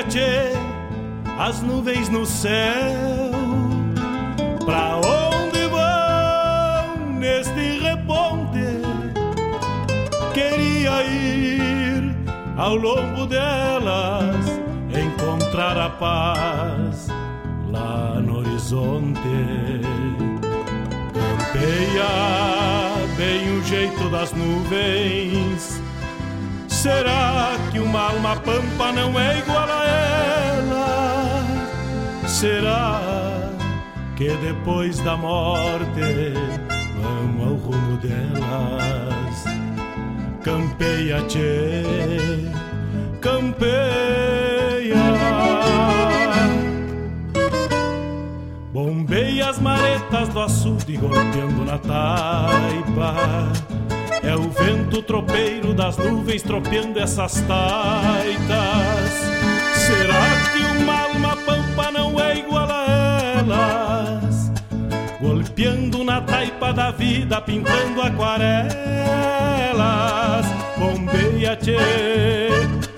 tchê, as nuvens no céu. Pra onde vão neste reponte? Queria ir ao longo delas, encontrar a paz lá no horizonte. Campeia bem o jeito das nuvens. Será que uma alma pampa não é igual a ela? Será que depois da morte vamos ao rumo delas? Campeia, tchê, campeia. Bombeia as maretas do açude golpeando na taipa. É o vento tropeiro das nuvens tropeando essas taitas. Será que uma alma pampa não é igual a elas? Golpeando na taipa da vida, pintando aquarelas. Bombeia, tchê,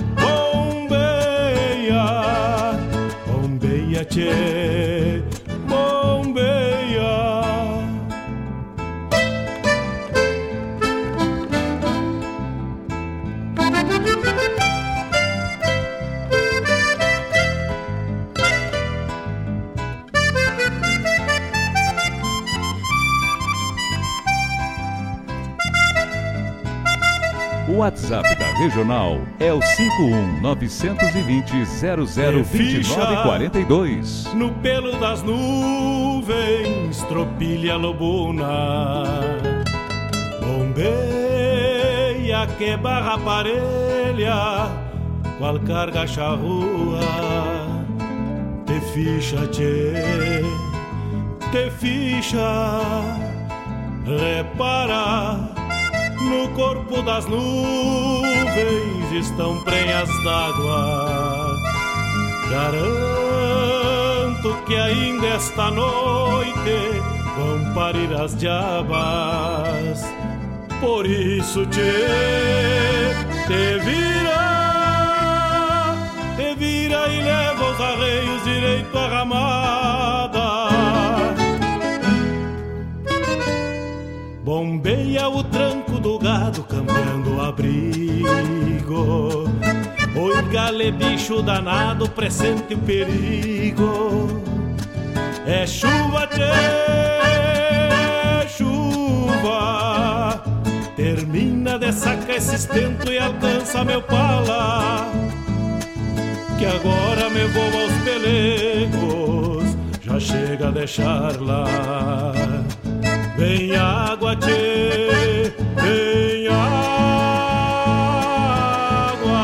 bombeia. Bombeia, tchê, bombeia. O WhatsApp da Regional é o 51-920-002942. No pelo das nuvens, tropilha lobuna. Bombeia que barra parelha, qual carga charrua. Te ficha, tchê, te ficha. Repara, no corpo das nuvens estão prenhas d'água. Garanto que ainda esta noite vão parir as diabas. Por isso, tchê, te vira e leva os arreios direito à ramada. Bombeia o tranco do gado cambiando o abrigo. Oi, gale, bicho danado, pressente o perigo. É chuva, tchê, chuva. Termina de sacar esse estento e alcança meu pala, que agora me vou aos pelegos, já chega a deixar lá. Vem água, tchê, vem água.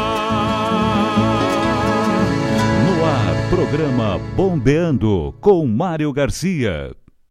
No ar, programa Bombeando com Mário Garcia.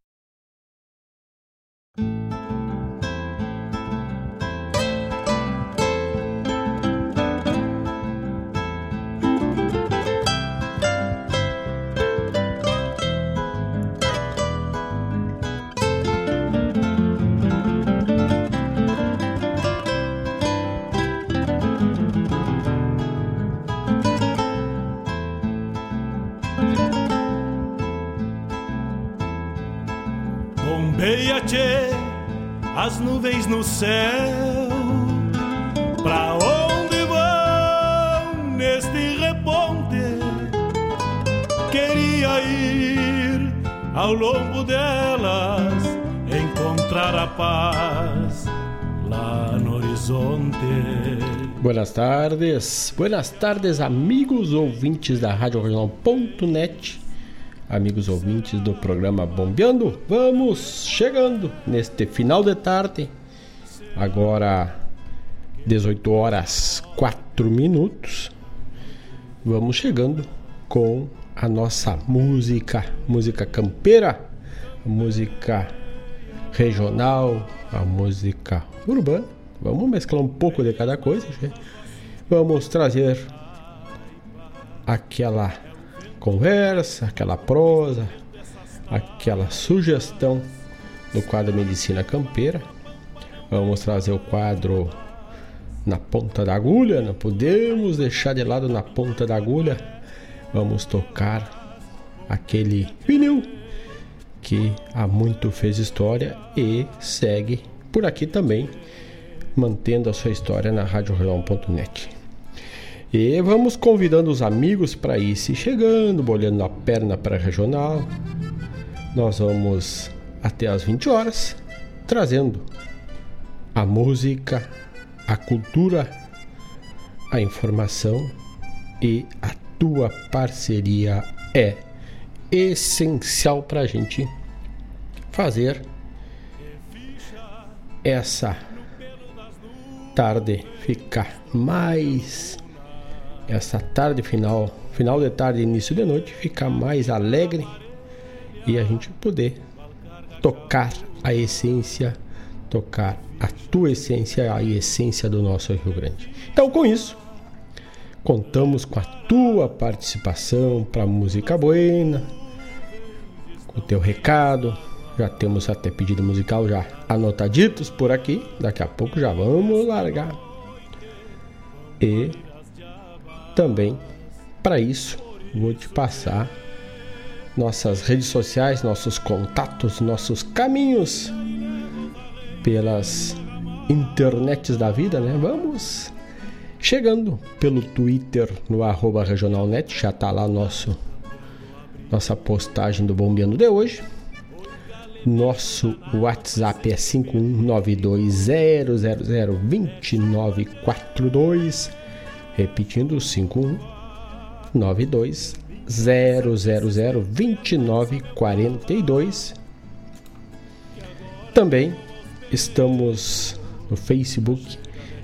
Bombeia, tchê, as nuvens no céu. Pra onde vão neste reponte? Queria ir ao longo delas, encontrar a paz lá no horizonte. Buenas tardes, amigos ouvintes da Rádio Regional.net, amigos ouvintes do programa Bombeando. Vamos chegando neste final de tarde, agora 18 horas 4 minutos. Vamos chegando com a nossa música campeira, a música regional, a música urbana. Vamos mesclar um pouco de cada coisa. Vamos trazer aquela conversa, aquela prosa, aquela sugestão do quadro Medicina Campeira. Vamos trazer o quadro Na Ponta da Agulha. Não podemos deixar de lado Na Ponta da Agulha vamos tocar aquele vinil que há muito fez história e segue por aqui também, mantendo a sua história na radioregional.net. E vamos convidando os amigos para ir se chegando, bolhando a perna para a regional. Nós vamos até às 20 horas, trazendo a música, a cultura, a informação, e a tua parceria é essencial para a gente fazer essa tarde ficar mais, essa tarde final de tarde, início de noite, ficar mais alegre e a gente poder tocar a essência, tocar a tua essência, a essência do nosso Rio Grande. Então, com isso, contamos com a tua participação para música buena, com o teu recado. Já temos até pedido musical já anotaditos por aqui. Daqui a pouco já vamos largar. E também, para isso, vou te passar nossas redes sociais, nossos contatos, nossos caminhos pelas internets da vida, né? Vamos chegando pelo Twitter no @regionalnet, já tá lá nossa postagem do Bombeando de hoje. Nosso WhatsApp é 51920002942, repetindo, 51920002942. Também estamos no Facebook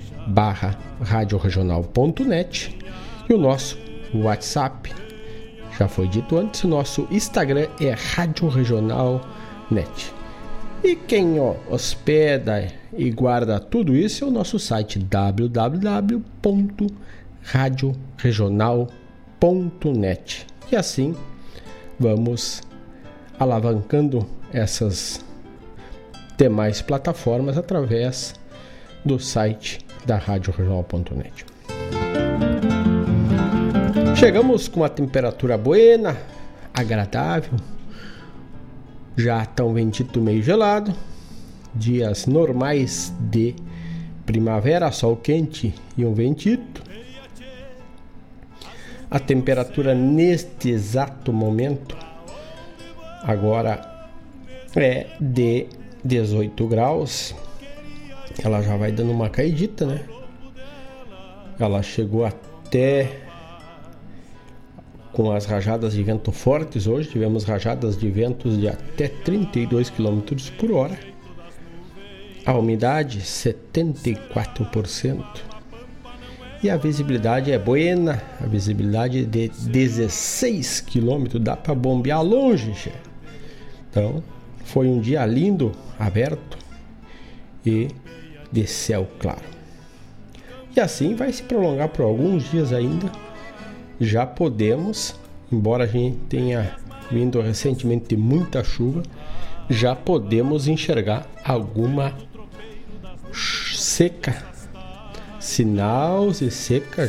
/radioregional.net e o nosso WhatsApp, já foi dito antes, o nosso Instagram é Rádio Regional Net. E quem hospeda e guarda tudo isso é o nosso site www.radioregional.net. E assim vamos alavancando essas demais plataformas através do site da radioregional.net. Chegamos com uma temperatura buena, agradável, já tão ventito meio gelado, dias normais de primavera, sol quente e um ventito. A temperatura neste exato momento agora é de 18 graus. Ela já vai dando uma caidita, né? Ela chegou até com as rajadas de vento fortes hoje. Tivemos rajadas de ventos de até 32 km por hora. A umidade 74%. E a visibilidade é buena. A visibilidade de 16 km. Dá para bombear longe, che. Então, foi um dia lindo, aberto e de céu claro. E assim vai se prolongar por alguns dias ainda. Já podemos, embora a gente tenha vindo recentemente de muita chuva, já podemos enxergar alguma seca, sinal de seca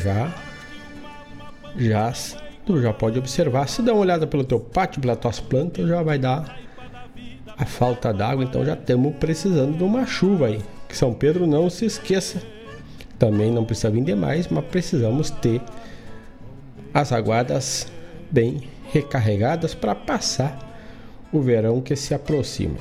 tu já pode observar. Se dá uma olhada pelo teu pátio, pelas tuas plantas, já vai dar a falta d'água. Então já estamos precisando de uma chuva aí. Que São Pedro não se esqueça, também não precisa vir demais, mas precisamos ter as aguadas bem recarregadas para passar o verão que se aproxima.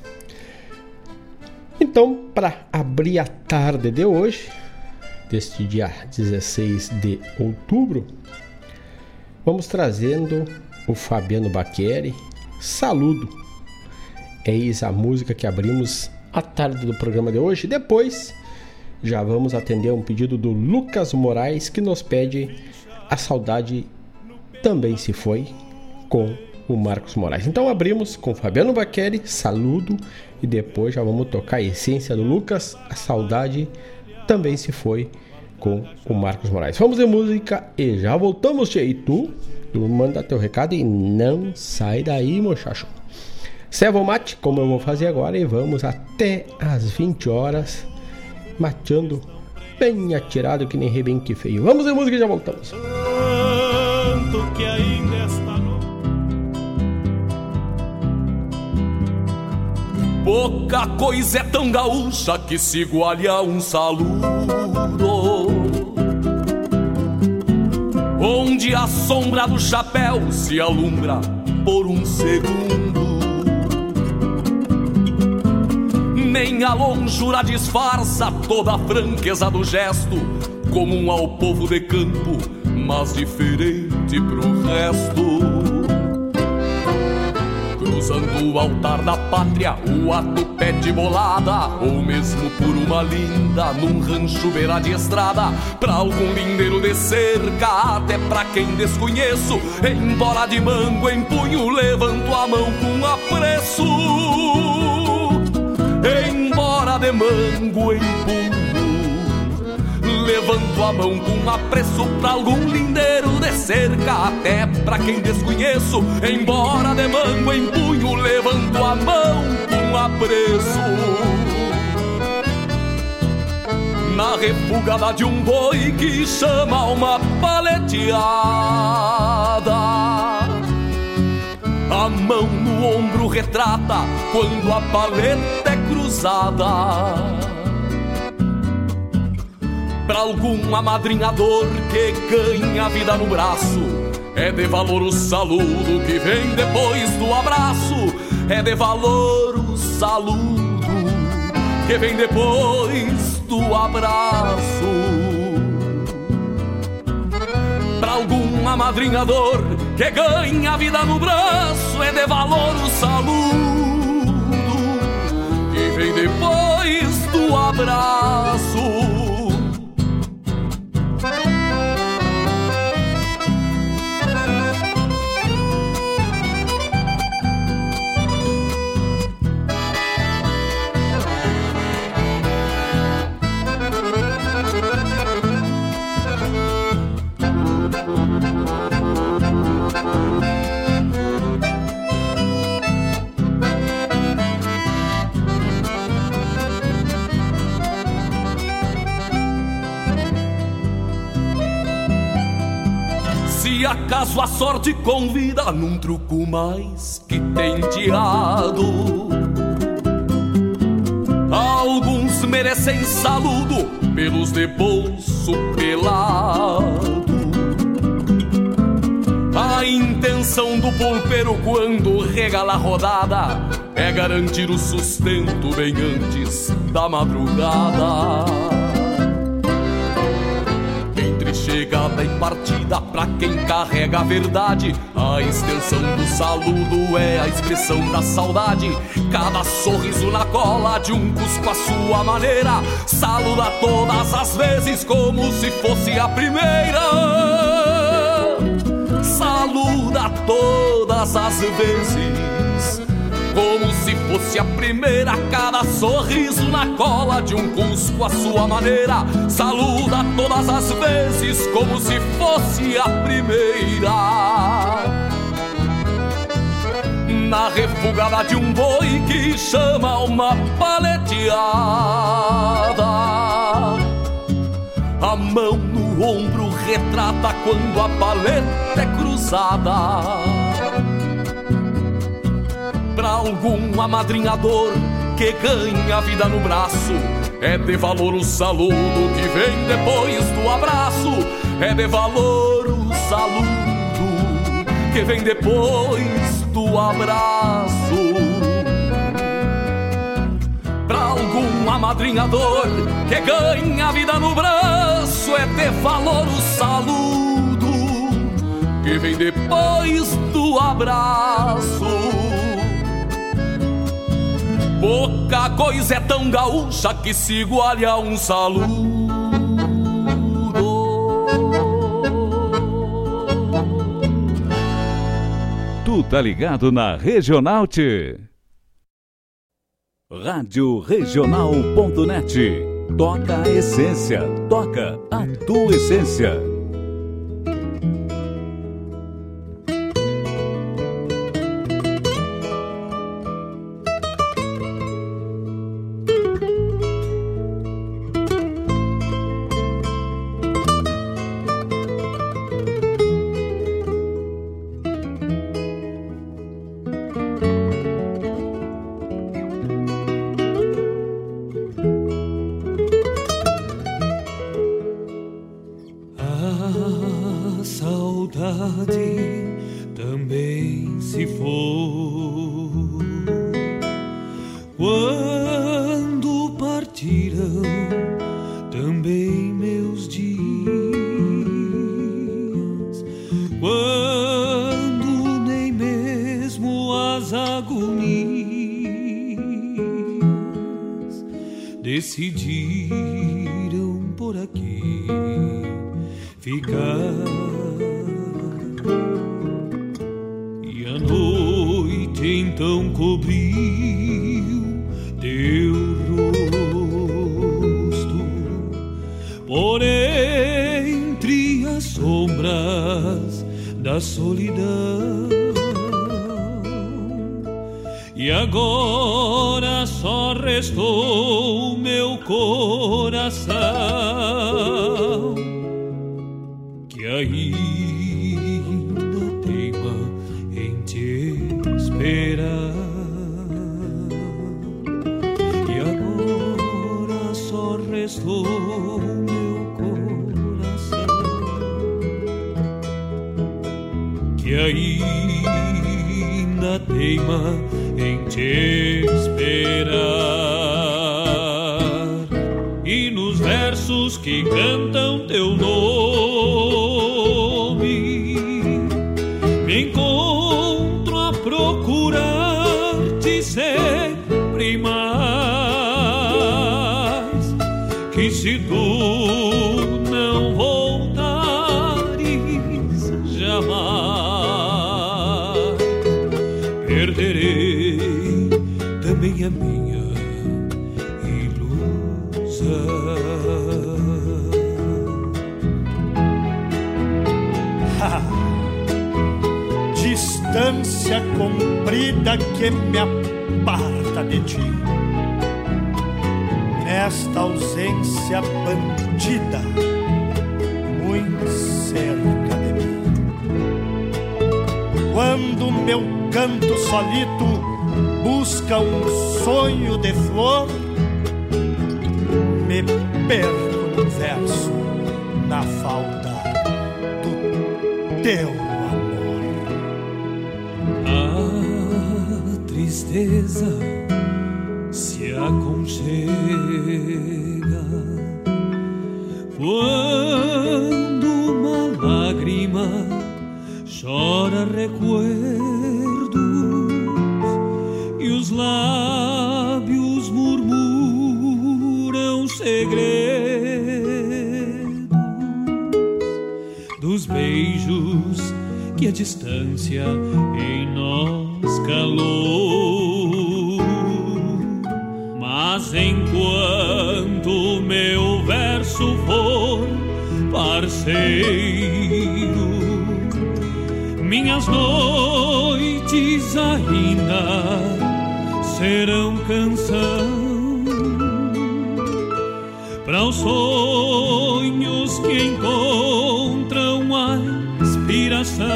Então, para abrir a tarde de hoje, deste dia 16 de outubro, vamos trazendo o Fabiano Bacchieri, Saludo. Eis a música que abrimos a tarde do programa de hoje. Depois, já vamos atender um pedido do Lucas Moraes, que nos pede A Saudade Também Se Foi, com o Marcos Moraes. Então abrimos com Fabiano Bacchieri, Saludo, e depois já vamos tocar a essência do Lucas, A Saudade Também Se Foi, com o Marcos Moraes. Vamos de música e já voltamos, tchê. E tu manda teu recado e não sai daí, mochacho. Serva o mate, como eu vou fazer agora, e vamos até às 20 horas mateando bem atirado que nem rebenque feio. Vamos de música e já voltamos. canto que ainda está no... Pouca coisa é tão gaúcha que se iguale a um saludo, onde a sombra do chapéu se alumbra por um segundo. Nem a longura disfarça toda a franqueza do gesto, comum ao povo de campo, mas diferente pro resto. Cruzando o altar da pátria, o ato pede bolada, ou mesmo por uma linda, num rancho beira de estrada, pra algum lindeiro de cerca, até pra quem desconheço, embora de mango em punho, levanto a mão com apreço. Embora de mango em punho, levanto a mão com apreço pra algum lindeiro de cerca, até pra quem desconheço, embora de mango em punho, levanto a mão com apreço. Na refugada de um boi que chama uma paleteada, a mão no ombro retrata quando a paleta é cruzada. Pra algum amadrinhador que ganha a vida no braço, é de valor o saludo que vem depois do abraço. É de valor o saludo que vem depois do abraço. Pra algum amadrinhador que ganha a vida no braço, é de valor o saludo que vem depois do abraço. Se acaso a sorte convida num truco mais que tenteado, alguns merecem saludo pelos de bolso pelado. A intenção do pulpeiro quando regala a rodada é garantir o sustento bem antes da madrugada. Chegada e partida pra quem carrega a verdade, a extensão do saludo é a expressão da saudade. Cada sorriso na cola de um cusco à sua maneira, saluda todas as vezes como se fosse a primeira. Saluda todas as vezes como se fosse a primeira. Cada sorriso na cola de um cusco à sua maneira, saluda todas as vezes como se fosse a primeira. Na refugada de um boi que chama uma paleteada, a mão no ombro retrata quando a paleta é cruzada. Pra algum amadrinhador que ganha a vida no braço, é de valor o saludo que vem depois do abraço. É de valor o saludo que vem depois do abraço. Pra algum amadrinhador que ganha a vida no braço, é de valor o saludo que vem depois do abraço. Pouca coisa é tão gaúcha que se iguale a um saludo. Tu tá ligado na Regional-T. Rádio Regional.net. Toca a essência, toca a tua essência. Quando partirão também meus dias, quando nem mesmo as agonias decidiram por aqui ficar, e a noite então cobriu teu rosto por entre as sombras da solidão, e agora só restou meu coração que ainda teima em te esperar. E agora só restou meu coração que ainda teima em te esperar. E nos versos que cantam teu nome me encontro a procurar-te sempre mais, que se tu não voltares jamais, perderei também a minha ilusão. Distância comprida que me aparta de ti, nesta ausência bandida muito cerca de mim. Quando meu canto solito busca um sonho de flor, me perco no verso na falta do teu amor. A tristeza se aconchega quando uma lágrima chora recuerdos e os lábios murmuram segredos dos beijos que a distância em nós calou. Mas enquanto meu verso for parceiro, minhas noites ainda serão canção para os sonhos que encontram a inspiração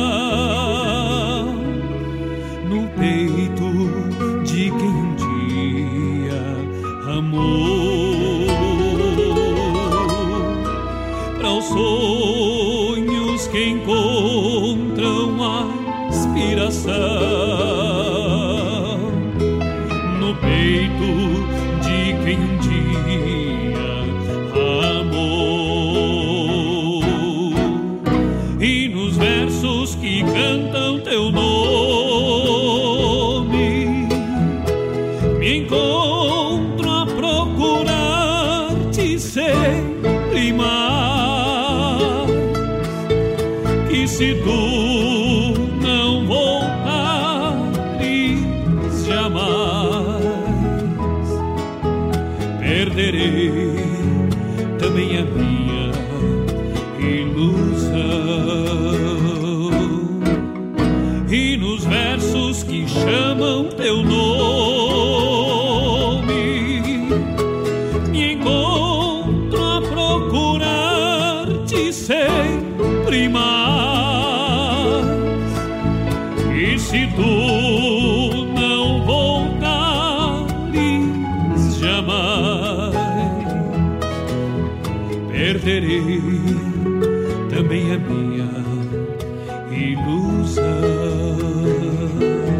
no peito de quem um dia amou, para os sonhos que encontram a inspiração no peito de quem um dia amou. E nos versos que cantam teu nome me encontro a procurar-te sempre mais, que se tu não voltares jamais, perderei também a minha ilusão. E nos versos que chamam teu nome me encontro a procurar-te sempre mais, e se tu não voltares jamais, perderei também a minha ilusão.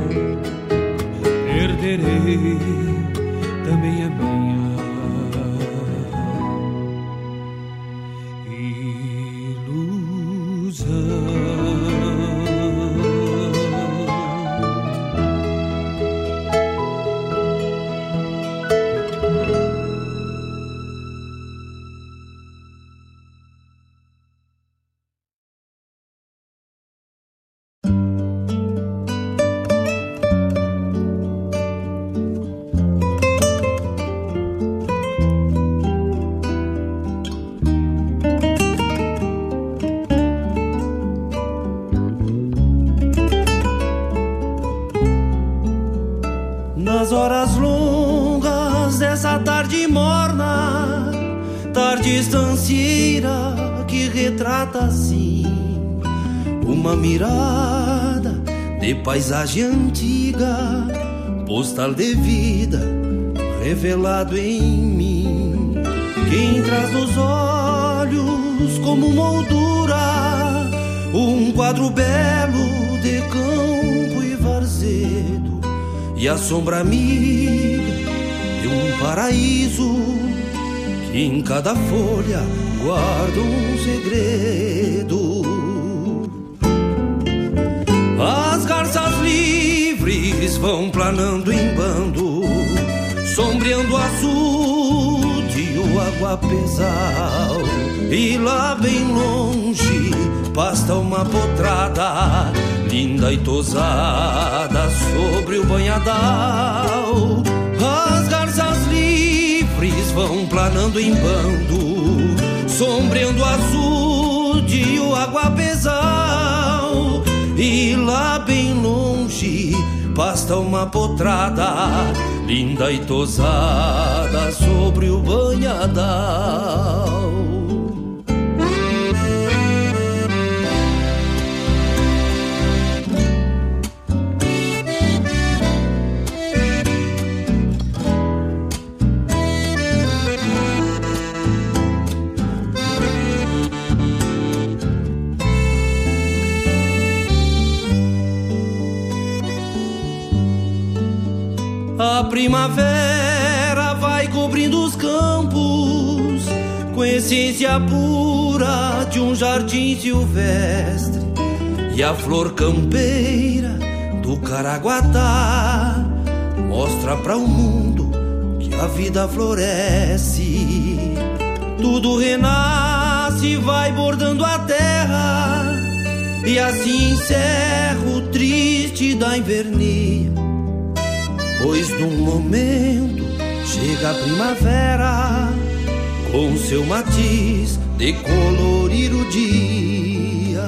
Nas horas longas dessa tarde morna, tarde estancieira que retrata assim uma mirada de paisagem antiga, postal de vida revelado em mim. Quem traz nos olhos como moldura um quadro belo de campo e varzedo, e a sombra amiga de um paraíso que em cada folha guarda um segredo. As garças livres vão planando em bando, sombreando o açude e o aguapezal, e lá bem longe pasta uma potrada linda e tosada sobre o banhadal. As garças livres vão planando em bando, sombreando o açude e o aguapezal, e lá bem longe pasta uma potrada linda e tosada sobre o banhadal. A primavera vai cobrindo os campos com essência pura de um jardim silvestre, e a flor campeira do Caraguatá mostra para o mundo que a vida floresce. Tudo renasce e vai bordando a terra, e assim encerra o triste da invernia, pois num momento chega a primavera com seu matiz de colorir o dia.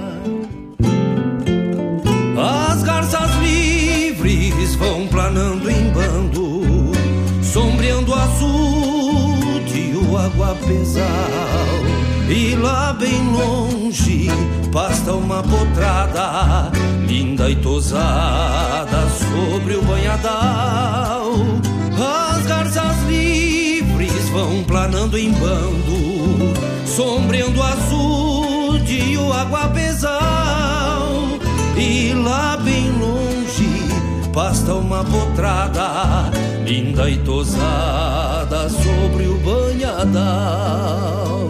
As garças livres vão planando em bando, sombreando o açude e o aguapezal, e lá bem longe pasta uma potrada linda e tosada sobre o banhadal. As garças livres vão planando em bando, sombreando o açude e o aguapezal, e lá bem longe pasta uma potrada linda e tosada sobre o banhadal.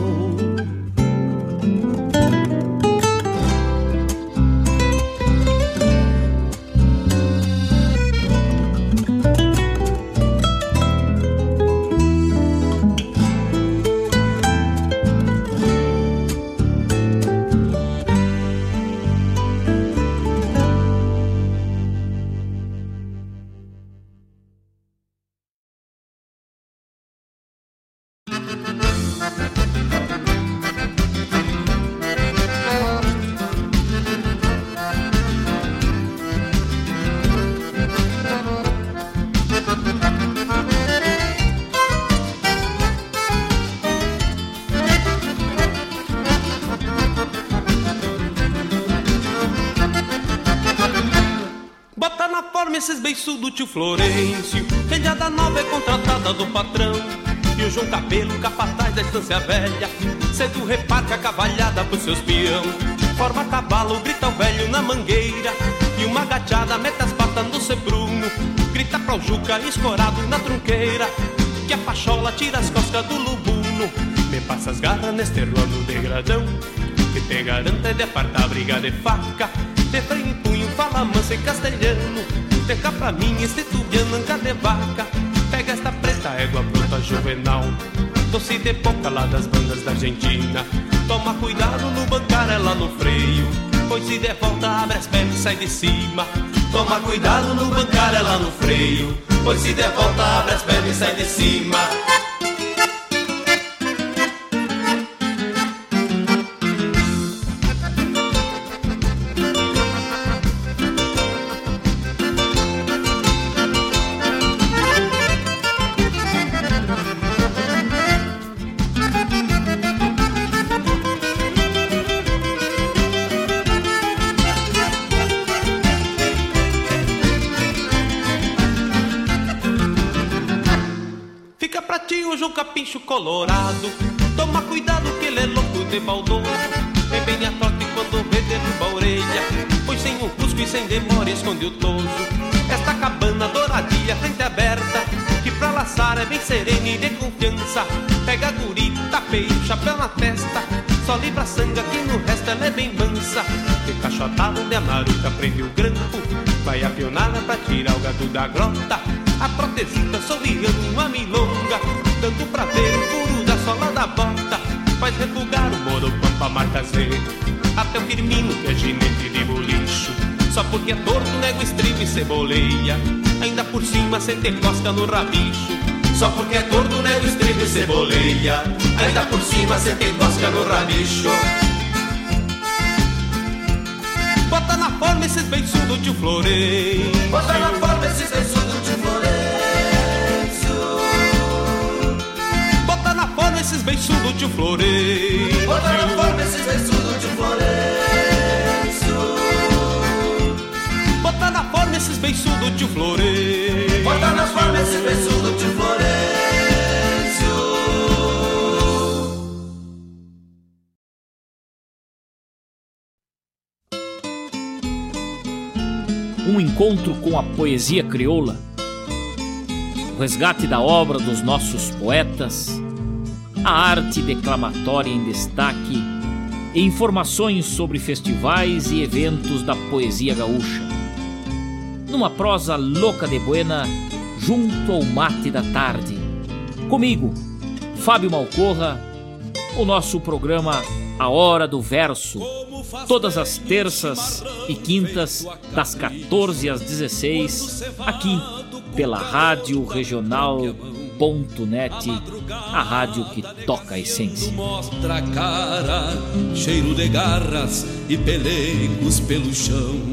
Esses beiços do tio Florencio, telhada nova é contratada do patrão, e o João Cabelo, capataz da estância velha, cedo reparca a cavalhada pros seus peão. Forma cavalo, grita o velho na mangueira, e uma gateada mete as patas no sebruno, grita pro Juca escorado na trunqueira, que a pachola tira as costas do lubuno. Me passa as garras neste ruano de gradão, que te garanta de apartar a briga de faca, de freio em punho, fala mansa em castelhano, teca pra mim este tubiano anga de vaca. Pega esta preta égua bruta juvenal, doce de boca lá das bandas da Argentina. Toma cuidado no bancar ela no freio, pois se der volta abre as pernas e sai de cima. Toma cuidado no bancar ela no freio, pois se der volta abre as pernas e sai de cima. João Capincho colorado, toma cuidado que ele é louco de baldoso. Vem bem a trote quando vê derruba a orelha, pois sem o cusco e sem demora esconde o toso. Esta cabana douradinha, frente aberta, que pra laçar é bem serena e de confiança. Pega a guri, tapeia o chapéu na testa, só livra a sanga que no resto ela é bem mansa. De cachotada onde a maruta prende o grampo, vai a pionada pra tirar o gado da grota. A trotezita sorriando uma milonga, dando pra ver o furo da sola da bota. Faz refugar o moro pampa marca Z, até o Firmino que é ginete de bolicho. Só porque é torto nego estribo e ceboleia, ainda por cima cê te cosca no rabicho. Só porque é torto nego estribo e ceboleia, ainda por cima cê te cosca no rabicho. Bota na forma esses beiçudos tio Florencio, bota na forma esses beiçudos tio Florencio. Bota na forma esses beiçudos tio Florencio, bota na forma esses beiçudos tio Florencio. Bota na forma esses beiçudos tio Florencio, bota na forma esses beiçudos tio Florencio. Um encontro com a poesia crioula, o resgate da obra dos nossos poetas, a arte declamatória em destaque e informações sobre festivais e eventos da poesia gaúcha. Numa prosa louca de buena, junto ao mate da tarde. Comigo, Fábio Malcorra, o nosso programa A Hora do Verso, todas as terças e quintas, das 14 às 16, aqui pela Rádio Regional.net, a rádio que toca a essência. Mostra a cara, cheiro de garras e pelegos pelo chão.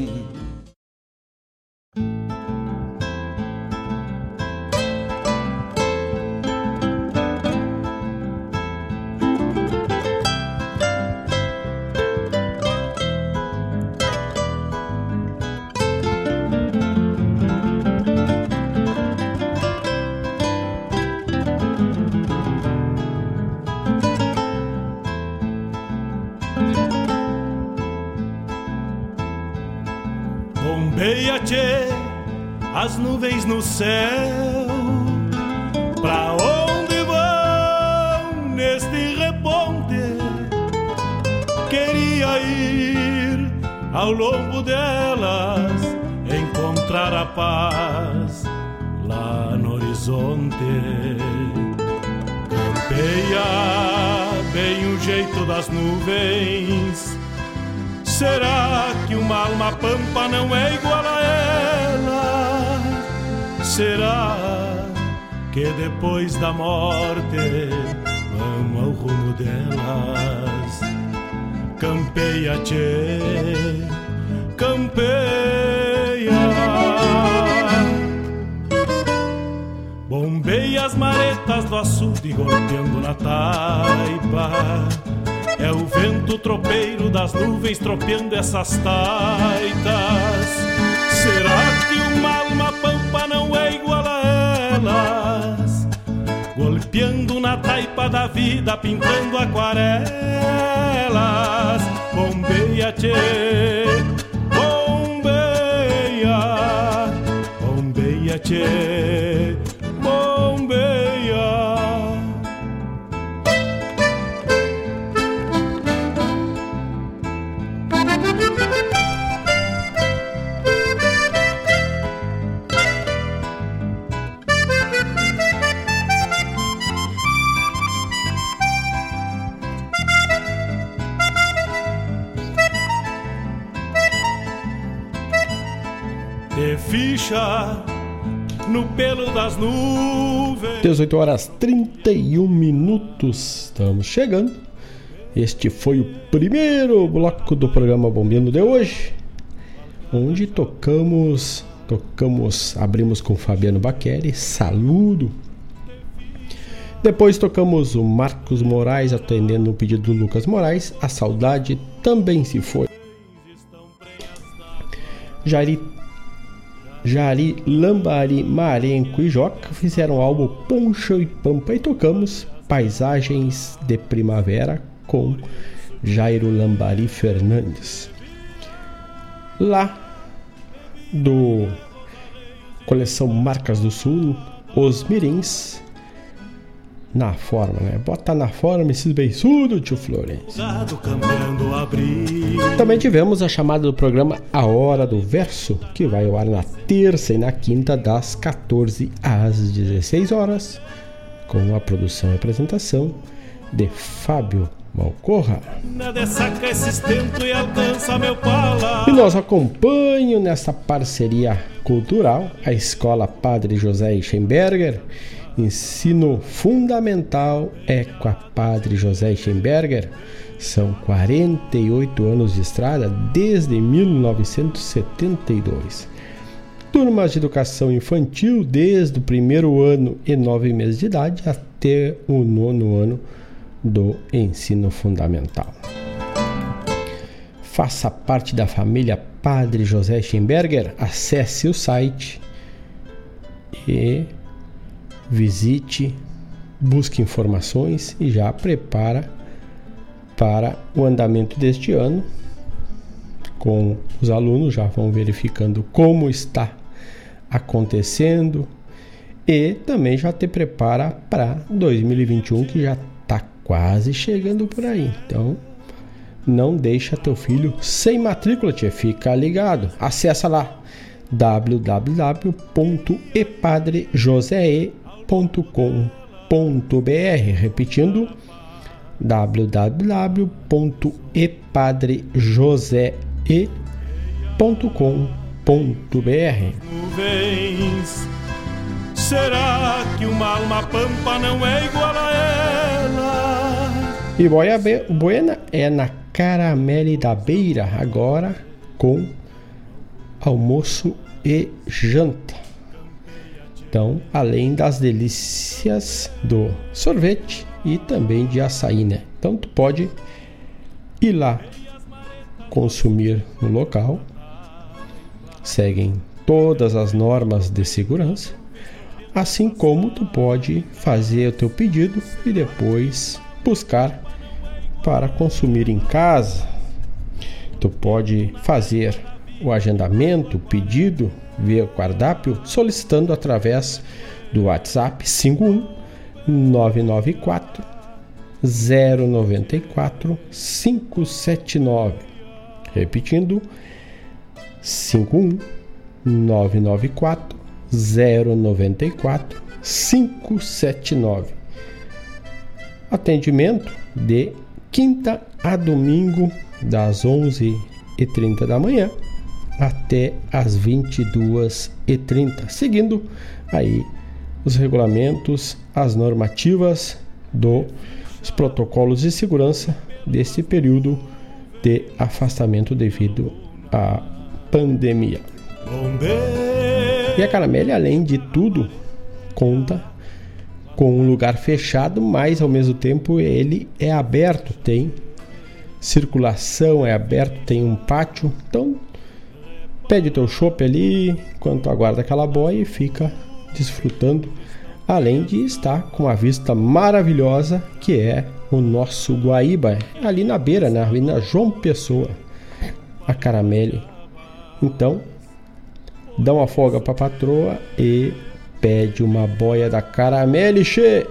As nuvens no céu, pra onde vão neste reponte? Queria ir ao longo delas, encontrar a paz lá no horizonte. Campeia bem o jeito das nuvens. Será que uma alma pampa não é igual a ela? Será que depois da morte vamos ao rumo delas? Campeia, tchê, campeia. Bombeia as maretas do açude golpeando na taipa. É o vento tropeiro das nuvens tropeando essas taitas. Será que uma alma pampa não é igual a elas? Golpeando na taipa da vida, pintando aquarelas. Bombeia, tchê, bombeia. Bombeia, tchê, bombeia. Ficha no pelo das nuvens. 18 horas 31 minutos. Estamos chegando. Este foi o primeiro bloco do programa Bombeando de hoje, onde abrimos com Fabiano Baccheri, Saludo. Depois tocamos o Marcos Moraes atendendo o pedido do Lucas Moraes, A Saudade Também Se Foi. Jari, Lambari, Marenco e Joca fizeram o álbum Poncho e Pampa e tocamos Paisagens de Primavera com Jairo Lambari Fernandes. Lá do coleção Marcas do Sul, Os Mirins, na forma, né? Bota na forma esses beiçudos, tio Florencio. Também tivemos a chamada do programa A Hora do Verso, que vai ao ar na terça e na quinta, das 14 às 16 horas, com a produção e apresentação de Fábio Malcorra. E nós acompanhamos nessa parceria cultural a Escola Padre José Eichenberger. Ensino fundamental é com a Padre José Eichenberger. São 48 anos de estrada desde 1972. Turmas de educação infantil desde o primeiro ano e 9 meses de idade até o 9º ano do ensino fundamental. Faça parte da família Padre José Eichenberger. Acesse o site e visite, busque informações e já prepara para o andamento deste ano. Com os alunos já vão verificando como está acontecendo e também já te prepara para 2021, que já está quase chegando por aí. Então não deixa teu filho sem matrícula, tia, fica ligado. Acessa lá www.epadrejosee.com.br, repetindo www.epadrejosee.com.br. Será que uma alma pampa não é igual a ela? E boia buena é na Caramelle da Beira, agora com almoço e janta. Então, além das delícias do sorvete e também de açaí, né? Então, tu pode ir lá consumir no local. Seguem todas as normas de segurança, assim como tu pode fazer o teu pedido e depois buscar para consumir em casa. Tu pode fazer o agendamento, o pedido via cardápio, solicitando através do WhatsApp 51 994 094 579. Repetindo, 51 994 094 579. Atendimento de quinta a domingo, das 11h30 da manhã até as 22h30, seguindo aí os regulamentos, as normativas dos protocolos de segurança desse período de afastamento devido à pandemia. E a Caramelle, além de tudo, conta com um lugar fechado, mas ao mesmo tempo ele é aberto, tem circulação, é aberto, tem um pátio. Então pede teu chopp ali enquanto aguarda aquela boia e fica desfrutando, além de estar com a vista maravilhosa que é o nosso Guaíba, ali na beira, né? Ali na João Pessoa, a Caramelle. Então dá uma folga pra patroa e pede uma boia da Caramelle, che!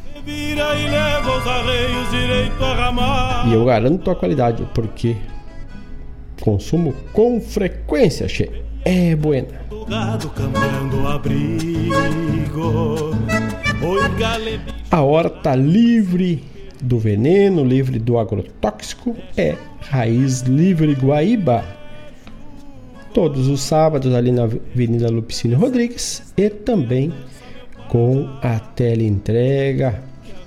E eu garanto a qualidade, porque consumo com frequência, che! É buena. A horta livre do veneno, livre do agrotóxico, é Raiz Livre Guaíba. Todos os sábados ali na Avenida Lupicínio Rodrigues, e também com a teleentrega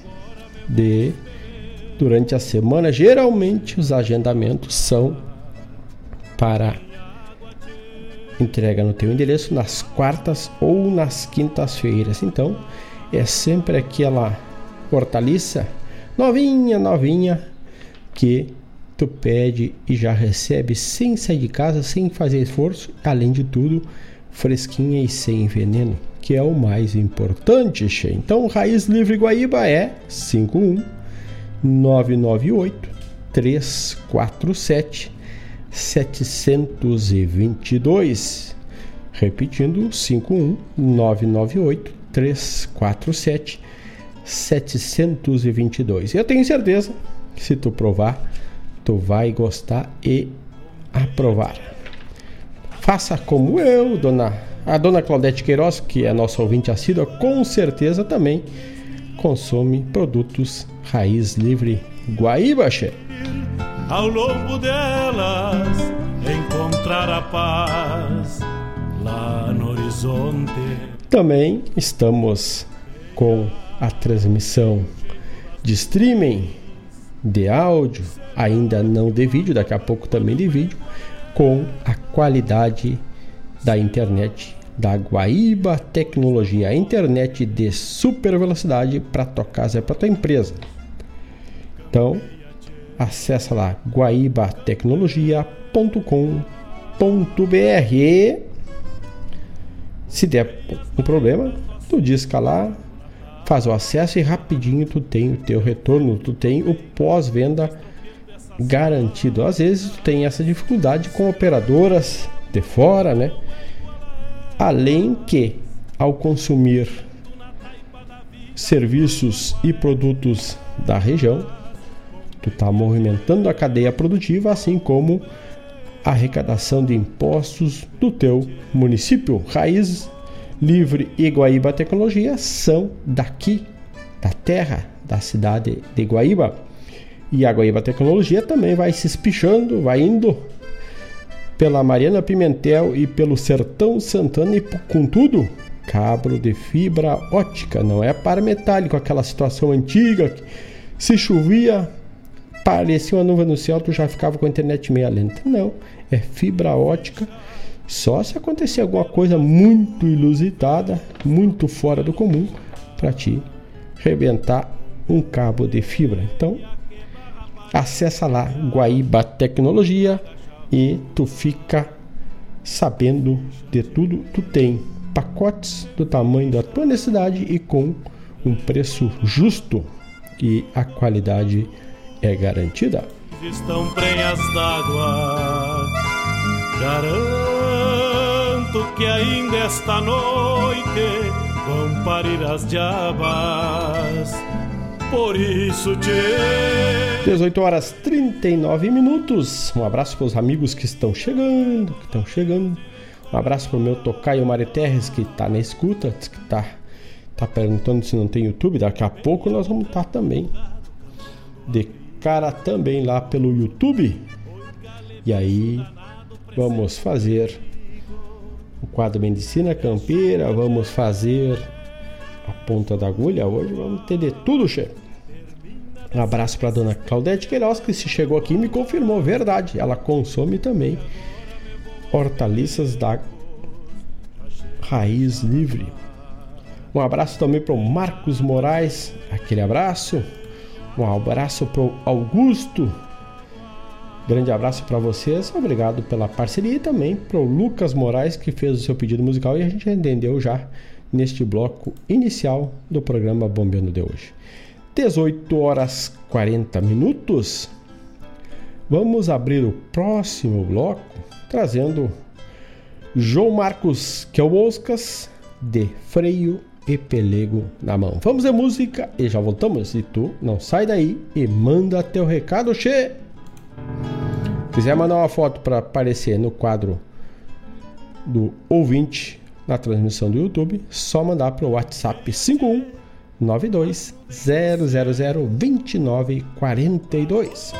durante a semana. Geralmente os agendamentos são para entrega no teu endereço nas quartas ou nas quintas-feiras. Então é sempre aquela hortaliça novinha que tu pede e já recebe sem sair de casa, sem fazer esforço. Além de tudo, fresquinha e sem veneno, que é o mais importante, che. Então, Raiz Livre Guaíba é 51998-347-722. Repetindo, 51998-347-722. Eu tenho certeza que se tu provar, tu vai gostar e aprovar. Faça como eu, a dona Claudete Queiroz, que é nossa ouvinte assídua, com certeza também consome produtos Raiz Livre Guaíba, che. Ao longo delas encontrar a paz lá no horizonte. Também estamos com a transmissão de streaming, de áudio, ainda não de vídeo, daqui a pouco também de vídeo, com a qualidade da internet da Guaíba Tecnologia, a internet de super velocidade para tua casa e para tua empresa. Então, acessa lá guaibatecnologia.com.br e se der um problema, tu disca lá, faz o acesso e rapidinho tu tem o teu retorno, tu tem o pós-venda garantido. Às vezes tu tem essa dificuldade com operadoras de fora, né? Além que, ao consumir serviços e produtos da região, tu está movimentando a cadeia produtiva, assim como a arrecadação de impostos do teu município. Raiz Livre e Guaíba Tecnologia são daqui, da terra, da cidade de Guaíba. E a Guaíba Tecnologia também vai se espichando, vai indo pela Mariana Pimentel e pelo Sertão Santana e com tudo, cabro de fibra ótica, não é par metálico, aquela situação antiga que se chovia, parecia uma nuvem no céu, tu já ficava com a internet meia lenta. Não, é fibra ótica, só se acontecer alguma coisa muito inusitada, muito fora do comum, para te rebentar um cabo de fibra. Então, acessa lá Guaíba Tecnologia e tu fica sabendo de tudo. Tu tem pacotes do tamanho da tua necessidade e com um preço justo, e a qualidade é garantida. Estão prenhas d'água, garanto que ainda esta noite vão parir as diabas. Por isso te 18 horas 39 minutos. Um abraço para os amigos que estão chegando, Um abraço para o meu tocaio Mário Terres, que está na escuta, que tá perguntando se não tem YouTube. Daqui a pouco nós vamos estar também de cara também lá pelo YouTube. E aí vamos fazer o quadro Medicina Campeira, vamos fazer a ponta da agulha. Hoje vamos ter de tudo, chefe. Um abraço para a dona Claudete Queiroz, que se chegou aqui e me confirmou, verdade, ela consome também hortaliças da Raiz Livre. Um abraço também para o Marcos Moraes, aquele abraço. Um abraço para o Augusto, grande abraço para vocês, obrigado pela parceria, e também para o Lucas Moraes, que fez o seu pedido musical e a gente entendeu já neste bloco inicial do programa Bombeando de hoje. 18 horas 40 minutos. Vamos abrir o próximo bloco trazendo João Marcos Quelboscas, de freio e pelego na mão. Vamos de música e já voltamos. E tu não sai daí e manda teu recado, che. Quiser mandar uma foto para aparecer no quadro do ouvinte na transmissão do YouTube, só mandar para o WhatsApp 5192 000 2942.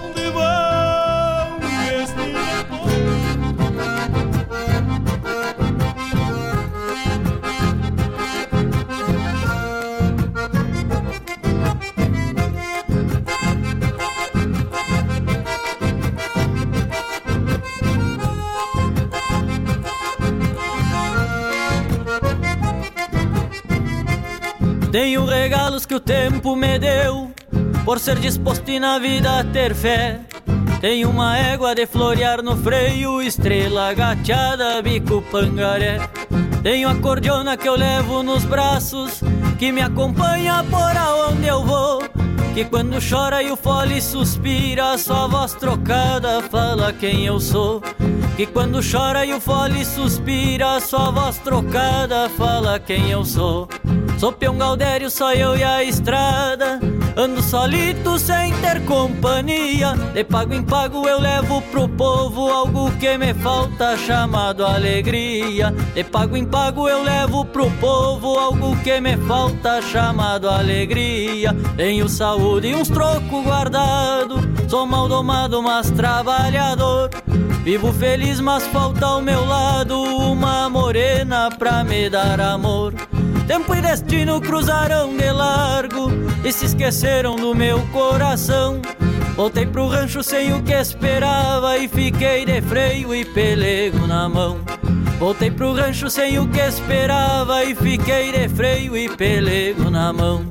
Tenho regalos que o tempo me deu, por ser disposto e na vida ter fé. Tem uma égua de florear no freio, estrela gateada, bico pangaré. Tenho a cordiona que eu levo nos braços, que me acompanha por aonde eu vou. Que quando chora e o fole suspira, só voz trocada fala quem eu sou. Que quando chora e o fole suspira, só voz trocada fala quem eu sou. Sou peão gaudério, só eu e a estrada, ando solito sem ter companhia. De pago em pago eu levo pro povo algo que me falta, chamado alegria. De pago em pago eu levo pro povo algo que me falta, chamado alegria. Tenho saúde e uns trocos guardados, sou mal domado mas trabalhador. Vivo feliz mas falta ao meu lado uma morena pra me dar amor. Tempo e destino cruzaram de largo e se esqueceram do meu coração. Voltei pro rancho sem o que esperava e fiquei de freio e pelego na mão. Voltei pro rancho sem o que esperava e fiquei de freio e pelego na mão.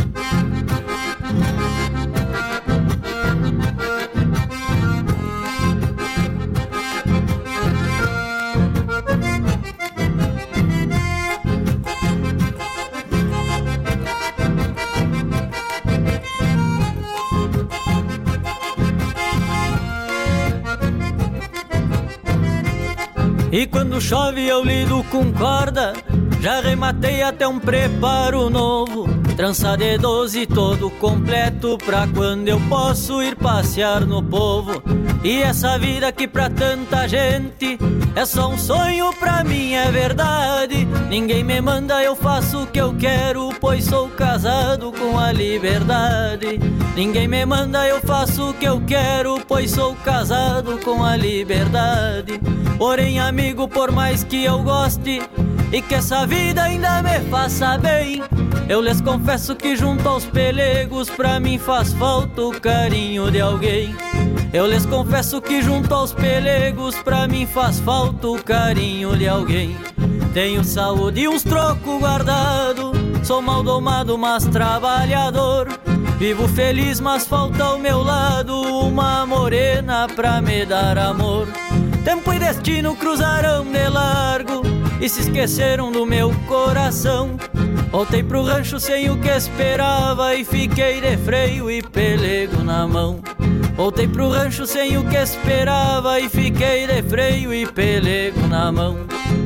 E quando chove eu lido com corda, já rematei até um preparo novo. Trança de 12 todo completo pra quando eu posso ir passear no povo. E essa vida que pra tanta gente é só um sonho, pra mim é verdade. Ninguém me manda, eu faço o que eu quero, pois sou casado com a liberdade. Ninguém me manda, eu faço o que eu quero, pois sou casado com a liberdade. Porém, amigo, por mais que eu goste e que essa vida ainda me faça bem, eu lhes confesso que junto aos pelegos pra mim faz falta o carinho de alguém. Eu lhes confesso que junto aos pelegos pra mim faz falta o carinho de alguém. Tenho saúde e uns trocos guardados, sou mal domado mas trabalhador. Vivo feliz mas falta ao meu lado uma morena pra me dar amor. Tempo e destino cruzaram de largo e se esqueceram do meu coração. Voltei pro rancho sem o que esperava e fiquei de freio e pelego na mão. Voltei pro rancho sem o que esperava e fiquei de freio e pelego na mão.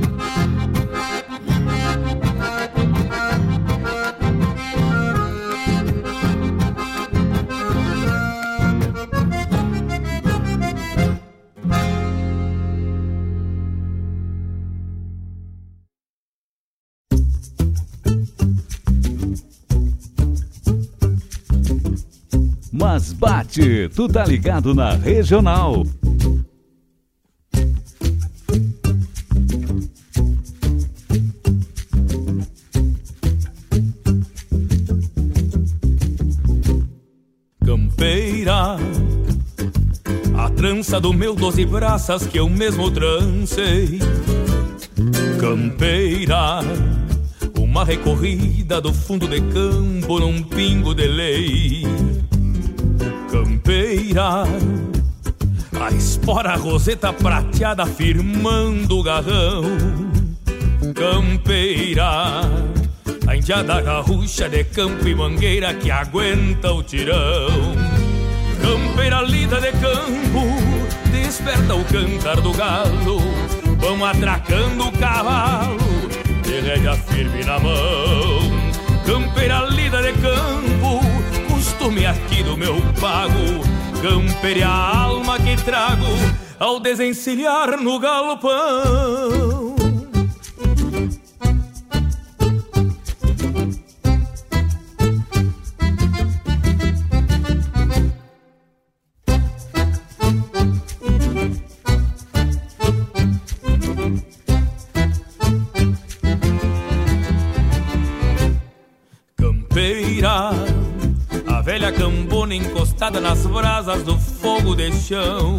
Mas bate, tu tá ligado na Regional. Campeira, a trança do meu 12 braças que eu mesmo trancei. Campeira, uma recorrida do fundo de campo num pingo de lei. Campeira, a espora roseta prateada firmando o garrão. Campeira, a indiada gaúcha de campo e mangueira que aguenta o tirão. Campeira lida de campo, desperta o cantar do galo. Vão atracando o cavalo, de rédea firme na mão. Campeira lida de campo, costume aqui do meu pago. Campeira a alma que trago ao desencilhar no galopão. Campeira, a velha cambona encostada nas brasas do fogo de chão.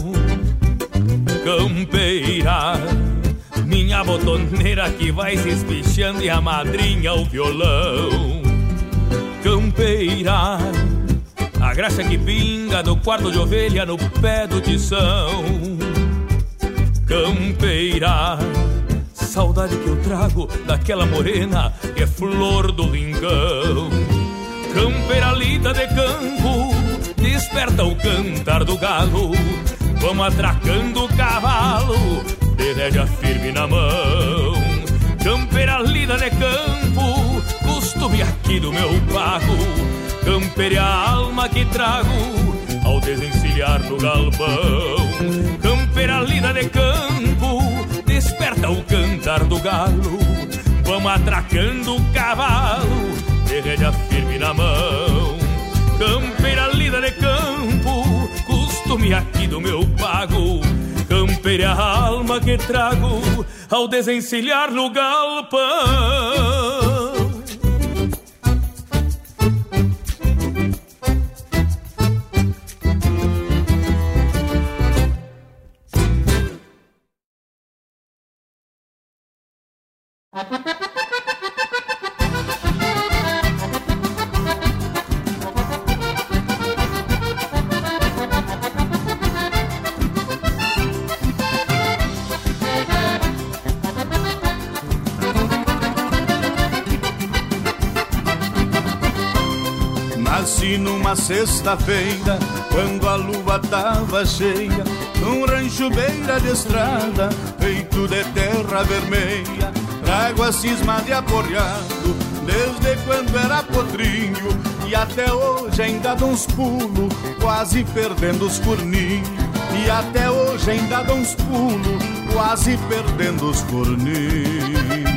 Campeira, minha botoneira que vai se espichando e a madrinha o violão. Campeira, a graxa que pinga do quarto de ovelha no pé do tição. Campeira, saudade que eu trago daquela morena que é flor do rincão. Campeira lida de campo, desperta o cantar do galo. Vamos atracando o cavalo, de rédea firme na mão. Campeira lida de campo, costume aqui do meu pago. Campeira a alma que trago ao desencilhar no galpão. Campeira lida de campo, desperta o cantar do galo. Vamos atracando o cavalo, de rédea firme na mão. Campeira lida de campo, costume aqui do meu pago. Campeira a alma que trago ao desencilhar no galpão. Nasci numa sexta-feira, quando a lua tava cheia, num rancho beira de estrada, feito de terra vermelha. Trago a cisma de aporreado, desde quando era potrinho, e até hoje ainda dou uns pulos, quase perdendo os corninhos. E até hoje ainda dou uns pulos, quase perdendo os corninhos.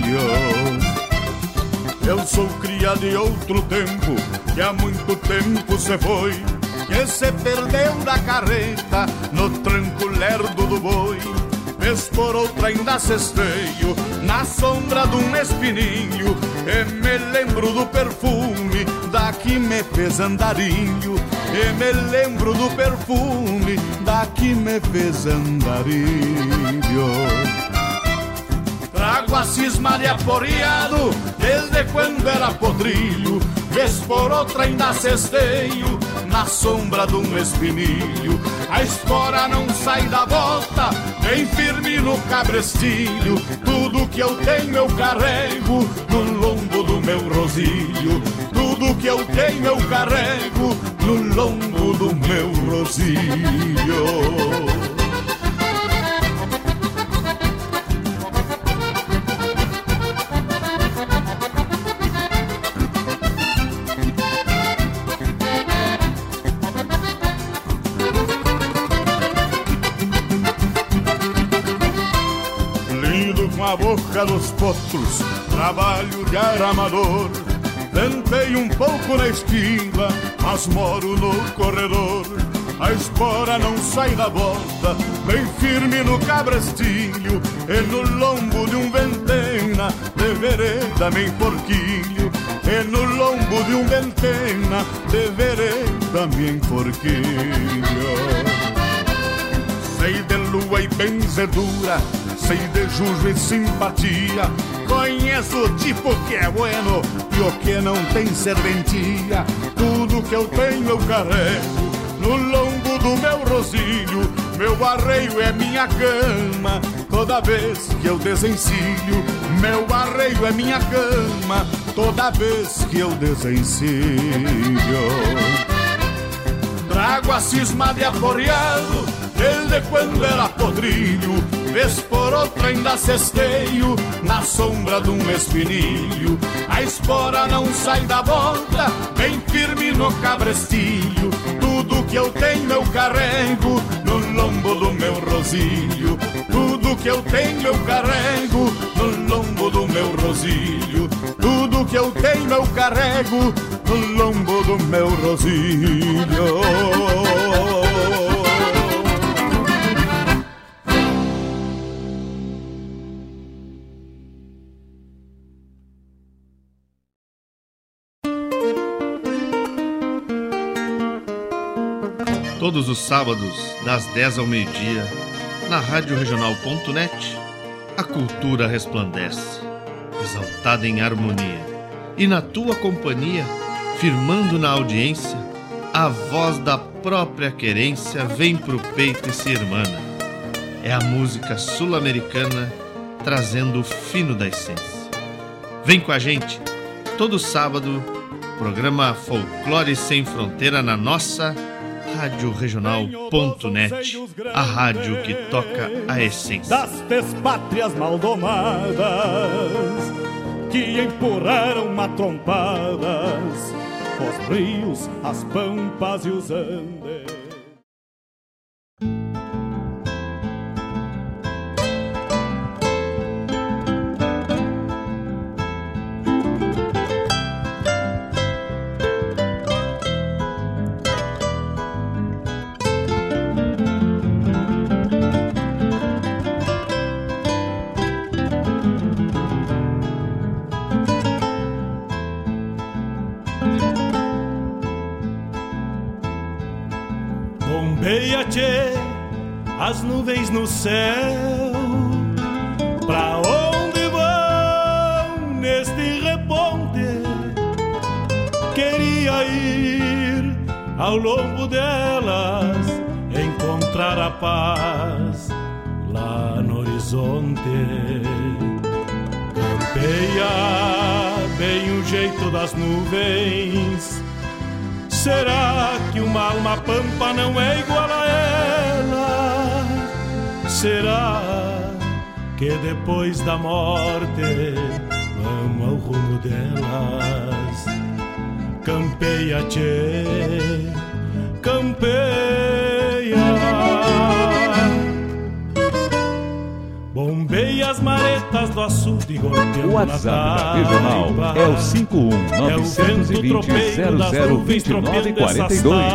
Eu sou cria de outro tempo, que há muito tempo se foi, que se perdeu da carreta no tranco lerdo do boi. Vez por outra ainda cesteio na sombra de um espininho, e me lembro do perfume da que me fez andarinho. E me lembro do perfume da que me fez andarinho. Trago a cisma de aporreado, desde quando era potrilho. Vez por outra ainda cesteio na sombra de um espinilho. A espora não sai da bota, bem firme no cabrestilho. Tudo que eu tenho eu carrego no lombo do meu rosilho. Tudo que eu tenho eu carrego no lombo do meu rosilho. A boca dos potros, trabalho de aramador. Tentei um pouco na esquina, mas moro no corredor. A espora não sai da bota, bem firme no cabrestilho, e no lombo de um ventena, de vereda bem porquilho. E no lombo de um ventena, de vereda bem porquilho. Sei de lua e benzedura, sei de jujo e simpatia. Conheço o tipo que é bueno e o que não tem serventia. Tudo que eu tenho eu carrego no lombo do meu rosilho. Meu arreio é minha cama toda vez que eu desencilho. Meu arreio é minha cama toda vez que eu desencilho. Trago a cisma de aporreado, desde quando era podrilho. Vez por outra ainda cesteio na sombra de um espinilho. A espora não sai da bota, bem firme no cabrestilho. Tudo que eu tenho eu carrego no lombo do meu rosilho. Tudo que eu tenho eu carrego no lombo do meu rosilho. Tudo que eu tenho eu carrego no lombo do meu rosilho. Todos os sábados, das 10 ao meio-dia, na radioregional.net, a cultura resplandece, exaltada em harmonia, e na tua companhia, firmando na audiência, a voz da própria querência vem pro peito e se irmana. É a música sul-americana trazendo o fino da essência. Vem com a gente, todo sábado, programa Folclore Sem Fronteira na nossa Rádio Regional.net, a rádio que toca a essência das despátrias maldomadas que empurraram matrompadas os rios, as pampas e os andes. As nuvens no céu, pra onde vão neste reponte? Queria ir ao longo delas, encontrar a paz lá no horizonte. Campeia bem o jeito das nuvens. Será que uma alma pampa não é igual a ela? Será que depois da morte vamos ao rumo delas? Campeia, tchê, campeia. Bombeia as maretas do açude golpeando. O WhatsApp da Regional é o 51-920-002942.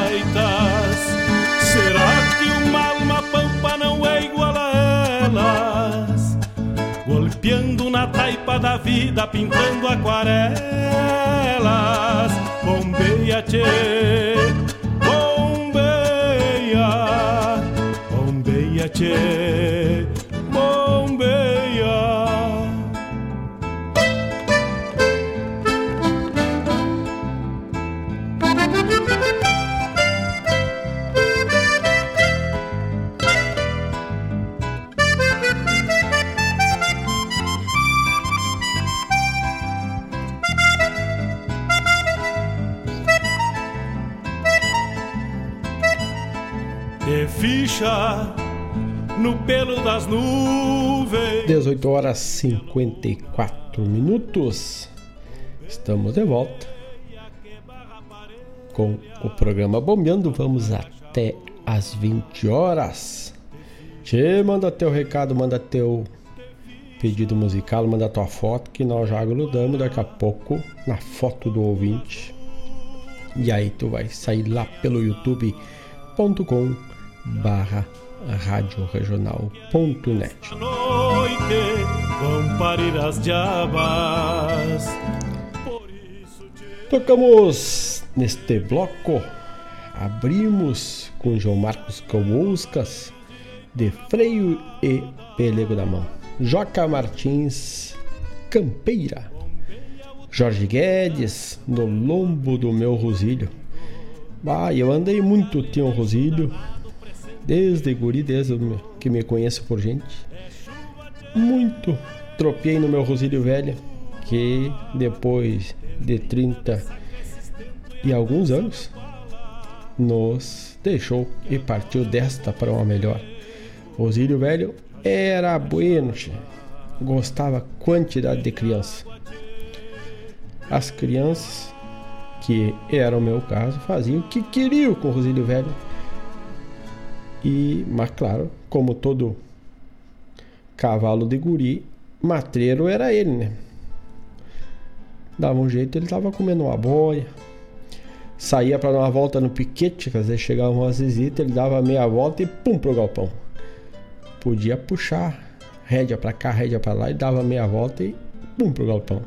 Será que uma alma pampa não é igual a elas? Golpeando na taipa da vida, pintando aquarelas. Bombeia, tchê, bombeia. Bombeia, tchê, bombeia. E ficha no pelo das nuvens. 18 horas 54 minutos. Estamos de volta com o programa Bombeando. Vamos até às 20 horas. Tchê, manda teu recado, manda teu pedido musical, manda tua foto que nós já grudamos daqui a pouco na foto do ouvinte. E aí tu vai sair lá pelo youtube.com/radioregional.net. Noite vão parir as diabas. Tocamos neste bloco, abrimos com João Marcos Kowalskas, de freio e pelego da mão. Joca Martins, Campeira. Jorge Guedes, no lombo do meu rosilho. Eu andei muito Tião Rosilho, desde guri, desde que me conheço por gente. Muito tropiei no meu rosilho velho, que depois de 30 e alguns anos nos deixou e partiu desta para uma melhor. Rosilho velho era bueno, gostava quantidade de criança. As crianças, que era o meu caso, faziam o que queriam com o rosilho velho. Mas claro, como todo cavalo de guri, matreiro era ele, né? Dava um jeito, ele tava comendo uma boia, saía para dar uma volta no piquete, às vezes chegava umas visitas, ele dava meia volta e pum pro galpão. Podia puxar rédea para cá, rédea para lá, e dava meia volta e pum pro galpão.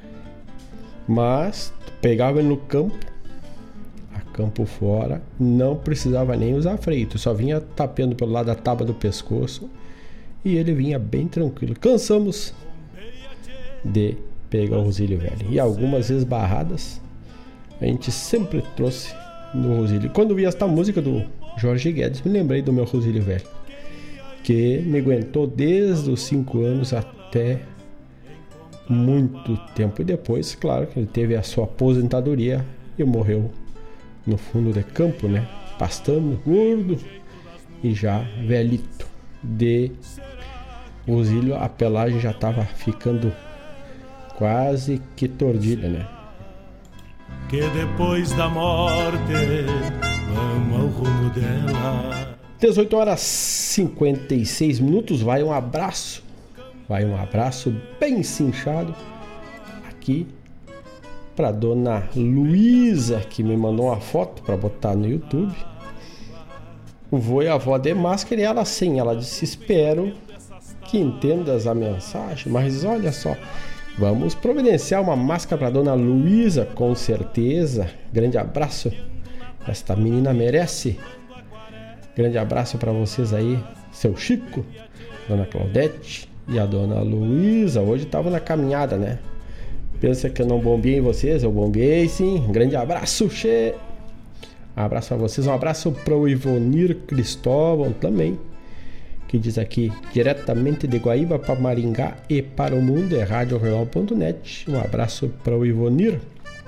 Mas pegava ele no campo, a campo fora, não precisava nem usar freio, tu só vinha tapeando pelo lado da tábua do pescoço e ele vinha bem tranquilo. Cansamos de pegar o rosilho velho, e algumas vezes barradas a gente sempre trouxe no Rosilho. Quando vi esta música do Jorge Guedes, me lembrei do meu Rosilho velho, que me aguentou desde os 5 anos até muito tempo. E depois, claro, que ele teve a sua aposentadoria e morreu no fundo de campo, né? Pastando, gordo e já velhito. De Rosilho, a pelagem já estava ficando quase que tordilha, né? Que depois da morte vamos ao rumo dela. 18 horas 56 minutos. Vai um abraço bem cinchado aqui para dona Luísa, que me mandou uma foto para botar no YouTube. O vô e a avó de máscara, e ela sim, ela disse: espero que entendas a mensagem, mas olha só, vamos providenciar uma máscara para dona Luísa, com certeza. Grande abraço, esta menina merece. Grande abraço para vocês aí, seu Chico, dona Claudete e a dona Luísa. Hoje estavam na caminhada, né? Pensa que eu não bombeei vocês? Eu bombeei sim. Grande abraço, che. Abraço a vocês. Um abraço para o Ivonir Cristóvão também, que diz aqui: diretamente de Guaíba para Maringá e para o mundo é radioregional.net. Um abraço para o Ivonir.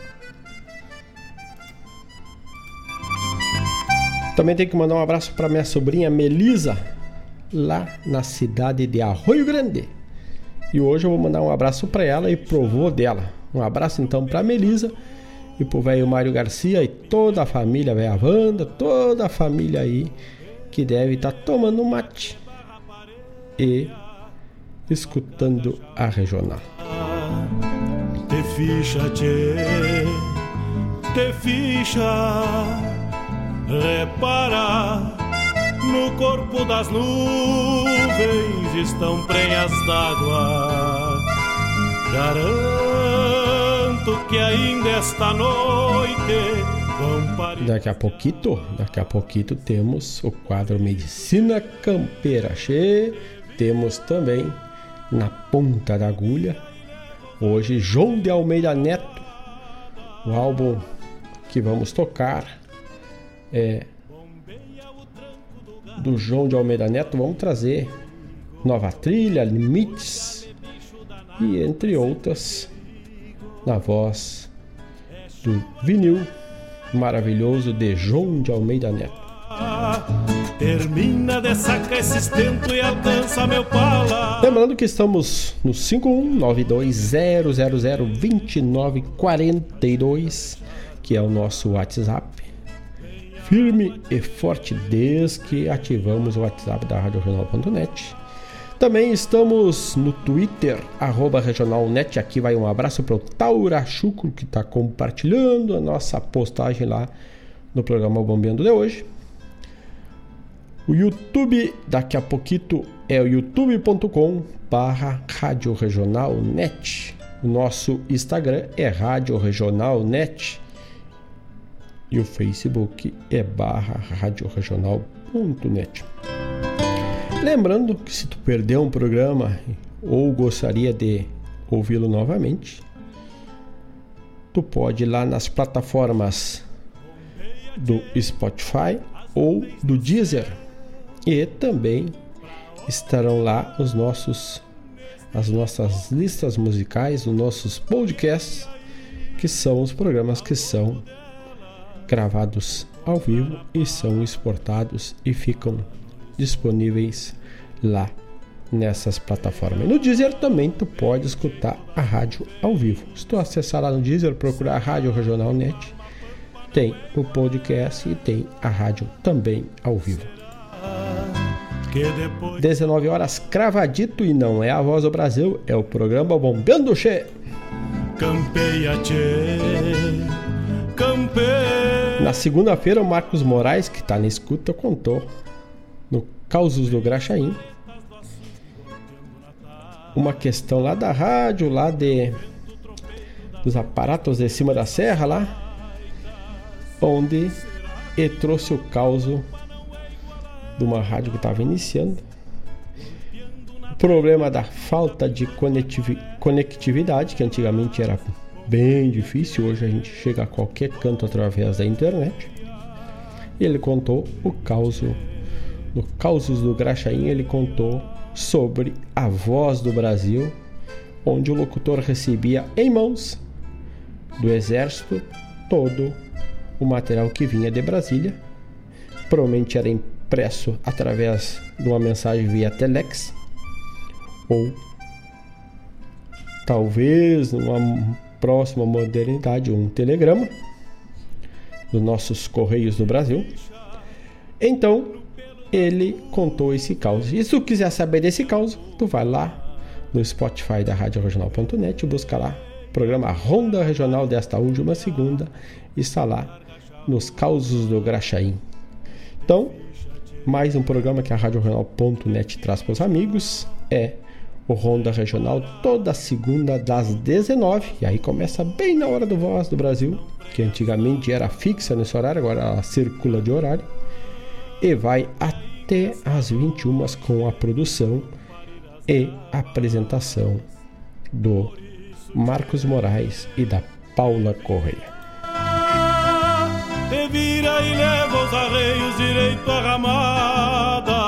Também tenho que mandar um abraço para minha sobrinha Melisa, lá na cidade de Arroio Grande. E hoje eu vou mandar um abraço para ela e pro vô dela. Um abraço então para Melisa e pro velho Mário Garcia e toda a família, velha Wanda, toda a família aí que deve estar tomando mate e escutando a regional. Te ficha, tchê, te ficha, repara, no corpo das nuvens estão prenhas d'água. Garanto que ainda esta noite vão parir. Daqui a pouquinho temos o quadro Medicina Campeira Che. Temos também Na Ponta da Agulha, hoje João de Almeida Neto. O álbum que vamos tocar é do João de Almeida Neto. Vamos trazer Nova Trilha, Limites e entre outras, na voz do vinil maravilhoso de João de Almeida Neto. Termina de sacar esse estento e alcança meu pala. Lembrando que estamos no 51920002942, que é o nosso WhatsApp. Firme e forte desde que ativamos o WhatsApp da radioregional.net. Também estamos no Twitter, @regionalnet. Aqui vai um abraço para o Taura Chucro, que está compartilhando a nossa postagem lá no programa Bombeando de hoje. O YouTube, daqui a pouquinho, é o youtube.com/radioregionalnet. O nosso Instagram é radioregionalnet. E o Facebook é /radioregional.net. Lembrando que se tu perdeu um programa ou gostaria de ouvi-lo novamente, tu pode ir lá nas plataformas do Spotify ou do Deezer, e também estarão lá as nossas listas musicais, os nossos podcasts, que são os programas que são gravados ao vivo e são exportados e ficam disponíveis lá nessas plataformas. No Deezer também tu pode escutar a rádio ao vivo. Se tu acessar lá no Deezer, procurar a Rádio Regional.net, tem o podcast e tem a rádio também ao vivo. 19 horas cravadito, e não é a Voz do Brasil, é o programa Bombeando Che. Campeia, tchê, campeia. Na segunda-feira, o Marcos Moraes, que está na escuta, contou no Causos do Graxaim uma questão lá da rádio, lá dos aparatos de cima da serra lá, onde ele trouxe o caso de uma rádio que estava iniciando, o problema da falta de conectividade, que antigamente era bem difícil, hoje a gente chega a qualquer canto através da internet. E ele contou o caos. No Causos do Graxaim, ele contou sobre a Voz do Brasil, onde o locutor recebia em mãos do exército todo o material que vinha de Brasília. Provavelmente era impresso através de uma mensagem via telex, ou talvez numa próxima modernidade um telegrama dos nossos Correios do Brasil. Então ele contou esse caos. E se tu quiser saber desse caos, tu vai lá no Spotify da RadioRegional.net e busca lá o programa Ronda Regional desta última segunda, e está lá nos Causos do Graxaim. Então, mais um programa que a RadioRegional.net traz para os amigos é o Ronda Regional, toda segunda das 19, e aí começa bem na hora do Voz do Brasil, que antigamente era fixa nesse horário, agora ela circula de horário, e vai até às 21 com a produção e apresentação do Marcos Moraes e da Paula Correia. Te vira e leva os arreios direito à ramada.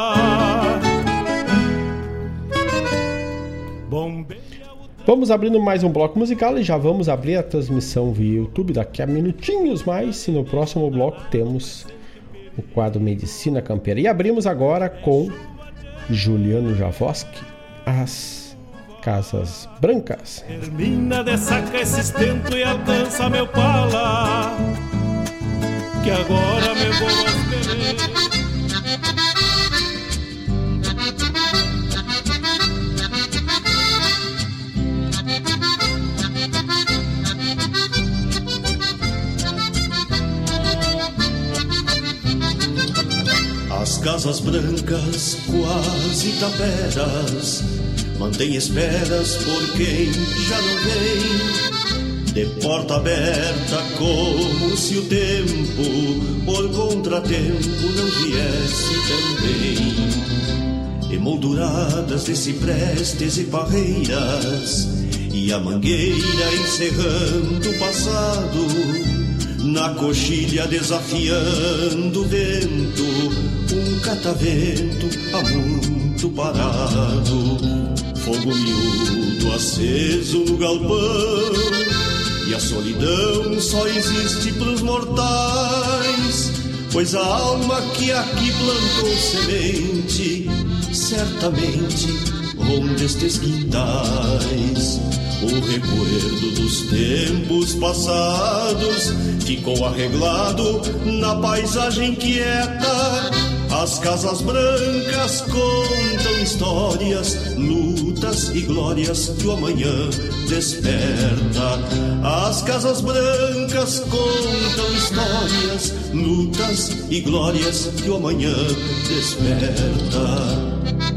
Vamos abrindo mais um bloco musical e já vamos abrir a transmissão via YouTube daqui a minutinhos mais. E no próximo bloco temos o quadro Medicina Campeira. E abrimos agora com Juliano Javoski, As Casas Brancas. Termina de sacar esse estento e alcança meu pala, que agora me vou esperar. As casas brancas, quase taperas, mantém esperas por quem já não vem. De porta aberta como se o tempo, por contratempo, não viesse também. Emolduradas de ciprestes e parreiras, e a mangueira encerrando o passado, na coxilha desafiando o vento, um catavento há muito parado. Fogo miúdo aceso no galpão, e a solidão só existe pros mortais, pois a alma que aqui plantou semente certamente ronda estes quintais. O recuerdo dos tempos passados ficou arreglado na paisagem quieta. As casas brancas contam histórias, lutas e glórias que o amanhã desperta. As casas brancas contam histórias, lutas e glórias que o amanhã desperta.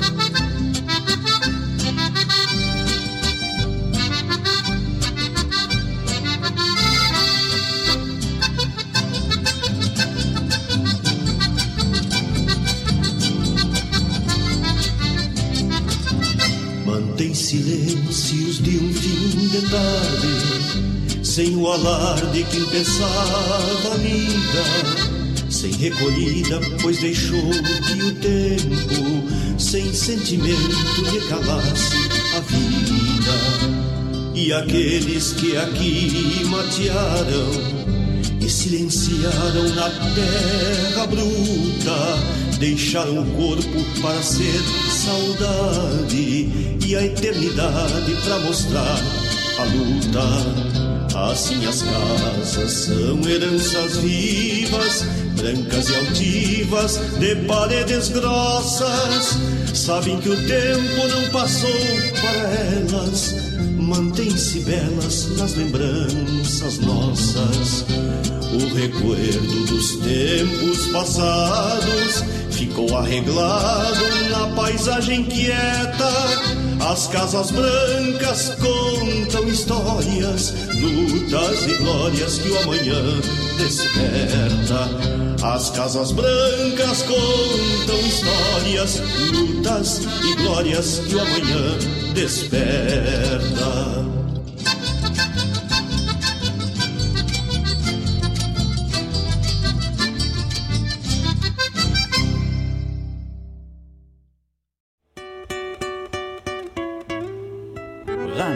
Silêncios de um fim de tarde, sem o alarde que pensava a vida, sem recolhida, pois deixou que o tempo, sem sentimento, lhe calasse a vida. E aqueles que aqui matearam e silenciaram na terra bruta, deixaram o corpo para ser saudade e a eternidade para mostrar a luta. Assim as casas são heranças vivas, brancas e altivas, de paredes grossas. Sabem que o tempo não passou para elas, mantém-se belas nas lembranças nossas. O recuerdo dos tempos passados ficou arreglado na paisagem quieta. As casas brancas contam histórias, lutas e glórias que o amanhã desperta. As casas brancas contam histórias, lutas e glórias que o amanhã desperta.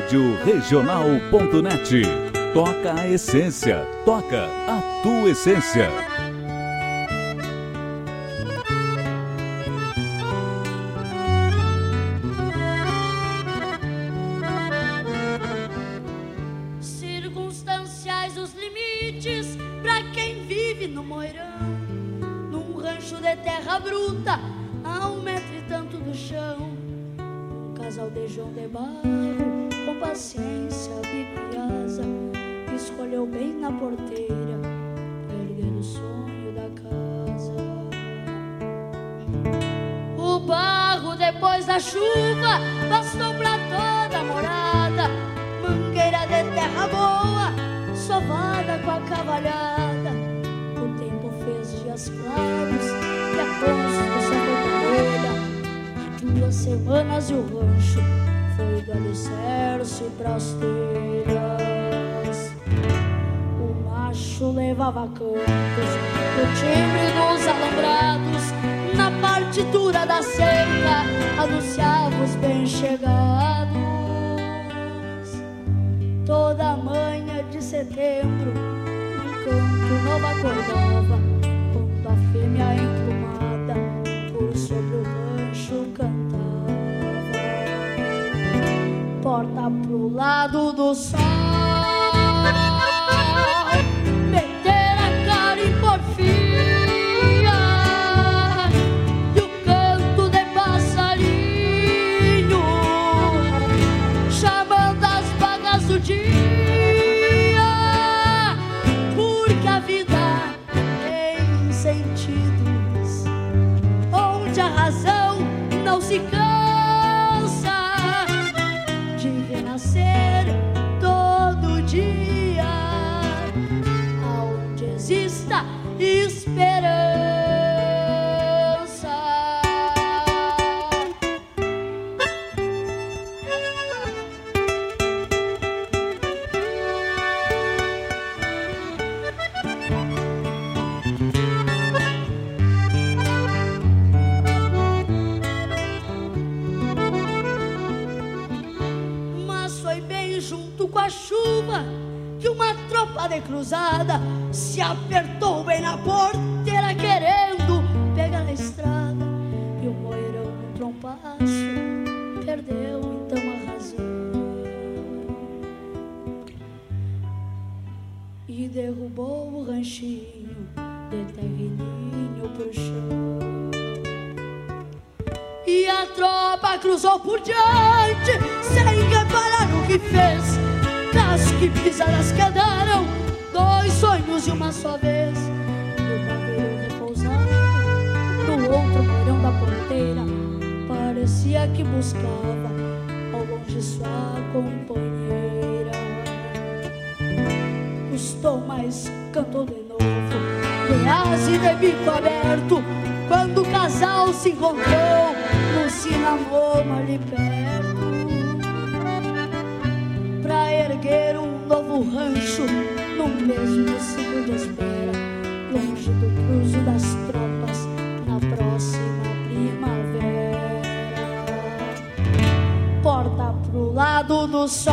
Rádio Regional.net. Toca a essência, toca a tua essência. Circunstanciais os limites pra quem vive no moirão, num rancho de terra bruta, a 1 metro e tanto do chão. Um casal de João de Barro, com paciência, bico e asa, escolheu bem na porteira pra erguer o sonho da casa. O barro depois da chuva bastou pra toda a morada, mangueira de terra boa, sovada com a cavalhada. O tempo fez dias claros e a construção foi maneira. 2 semanas e o rancho foi do alicerce pras telhas. O macho levava cantos do timbre dos alambrados, na partitura da cerca anunciava os bem-chegados. Toda manhã de setembro, um canto novo acordava, quando a fêmea emplumada por sobre o rancho cantava. Porta pro lado do sol, meter a cara em porfia, e o canto de passarinho chamando as vagas do dia, porque a vida tem sentidos onde a razão não se cansa de renascer todo dia, aonde exista esperança. Com a chuva que uma tropa de cruzada se apertou bem na porteira, querendo pegar a estrada, e o moirão no trompaço perdeu então a razão e derrubou o ranchinho de terreninho pro chão. E a tropa cruzou por diante sem reparar no que fez. Casco e pisadas quedaram, 2 sonhos de uma só vez. E o barbeiro repousado no outro moirão da porteira parecia que buscava ao longe sua companheira. Custou, mas cantou de novo, de asa e de bico aberto, quando o casal se encontrou no cinamoma ali perto, pra erguer um novo rancho no mesmo ciclo de espera, longe do cruzo das tropas na próxima primavera. Porta pro lado do sol,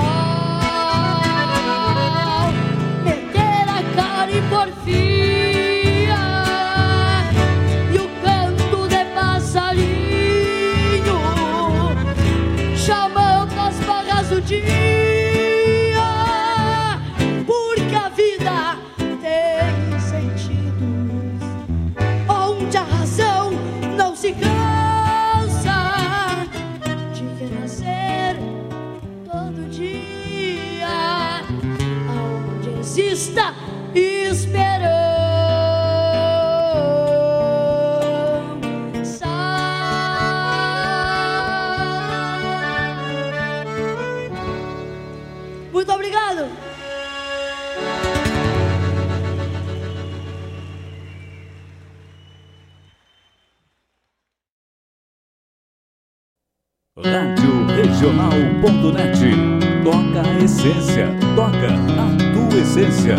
meter a cara e porfia, e o canto de passarinho chamando as barras do dia, porque a vida tem sentidos onde a razão não se cansa de renascer todo dia, aonde exista esperança. Muito obrigado. Rádio Regional.net. Toca a essência, toca a tua essência.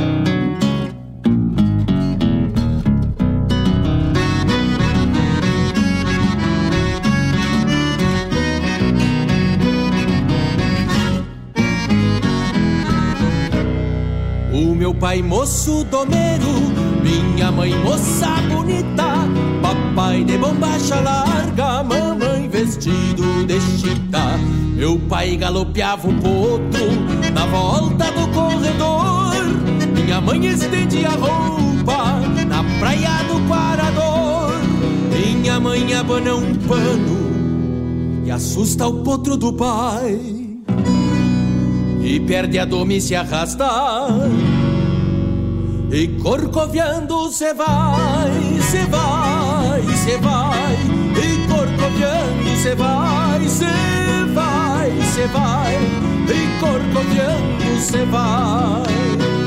O meu pai moço domeiro, minha mãe moça bonita, papai de bombacha larga, mamãe vestido de chita. Meu pai galopeava o potro na volta do corredor, minha mãe estendia a roupa na praia do Quarador. Minha mãe abana um pano e assusta o potro do pai, e perde a doma e se arrasta, e corcoviando cê vai, cê vai, cê vai, e corcoviando cê vai, cê vai, cê vai, e corcoviando cê vai.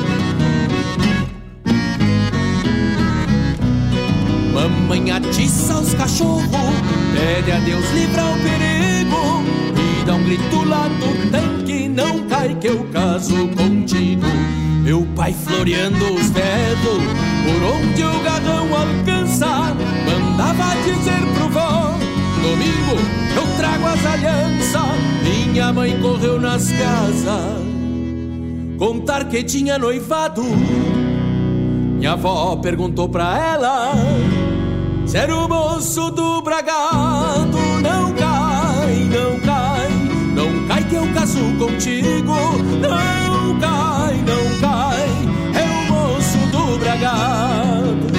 Mamãe atiça os cachorros, pede a Deus livrar o perigo, e dá um grito lá do tanque, não cai que eu caso contigo. Meu pai floreando os dedos, por onde o garrão alcança, mandava dizer pro vô: domingo eu trago as alianças. Minha mãe correu nas casas contar que tinha noivado. Minha avó perguntou pra ela se era o moço do bragado. Não cai, não cai, não cai que eu caso contigo. Não cai, não cai, é o moço do bragado.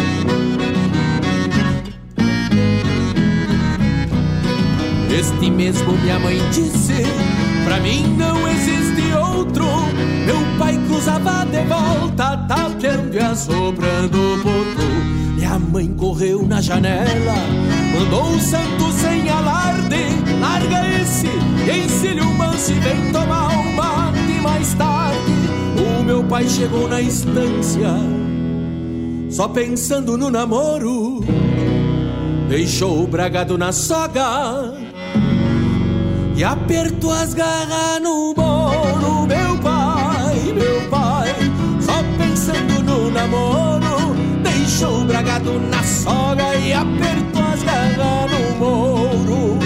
Este mesmo minha mãe disse, pra mim não existe outro. Meu pai cruzava de volta, tapeando e assoprando o potro. Minha mãe correu na janela, mandou um santo sem alarde: larga esse e ensine o manso e vem tomar um mate mais tarde. O meu pai chegou na estância, só pensando no namoro, deixou o bragado na soga e apertou as garras no bolo. Meu pai, só pensando no namoro, deixou o bragado na soga e apertou as garras no moro.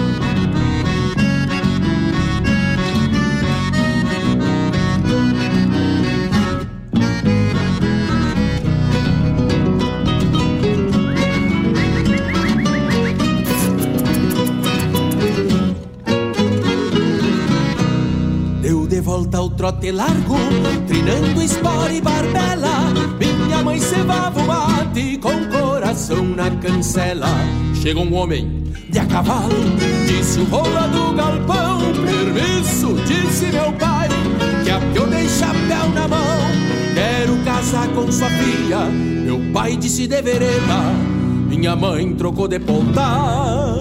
De volta ao trote largo, trinando espora e barbela, minha mãe cevava o mate com coração na cancela. Chega um homem de a cavalo, disse o rola do galpão: permisso, disse meu pai, que a que eu dei chapéu na mão, quero casar com sua filha. Meu pai disse de vereda, minha mãe trocou de ponta.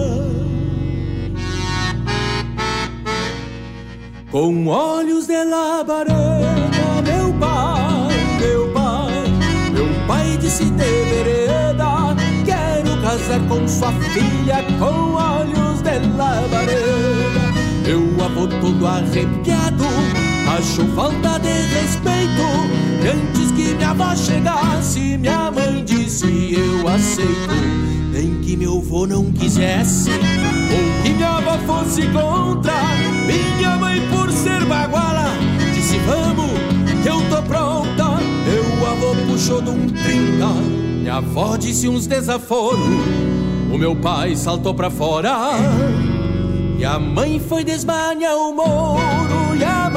Com olhos de labareda, meu pai disse de vereda, quero casar com sua filha. Com olhos de labareda, meu avô todo arrepiado achou falta de respeito. E antes que minha avó chegasse, minha mãe disse: eu aceito. Nem que meu avô não quisesse, ou que minha avó fosse contra, minha mãe, por ser baguala, disse: vamos, que eu tô pronta. Meu avô puxou de um 30, minha avó disse uns desaforos, o meu pai saltou pra fora, e a mãe foi desmanhar o moro. E a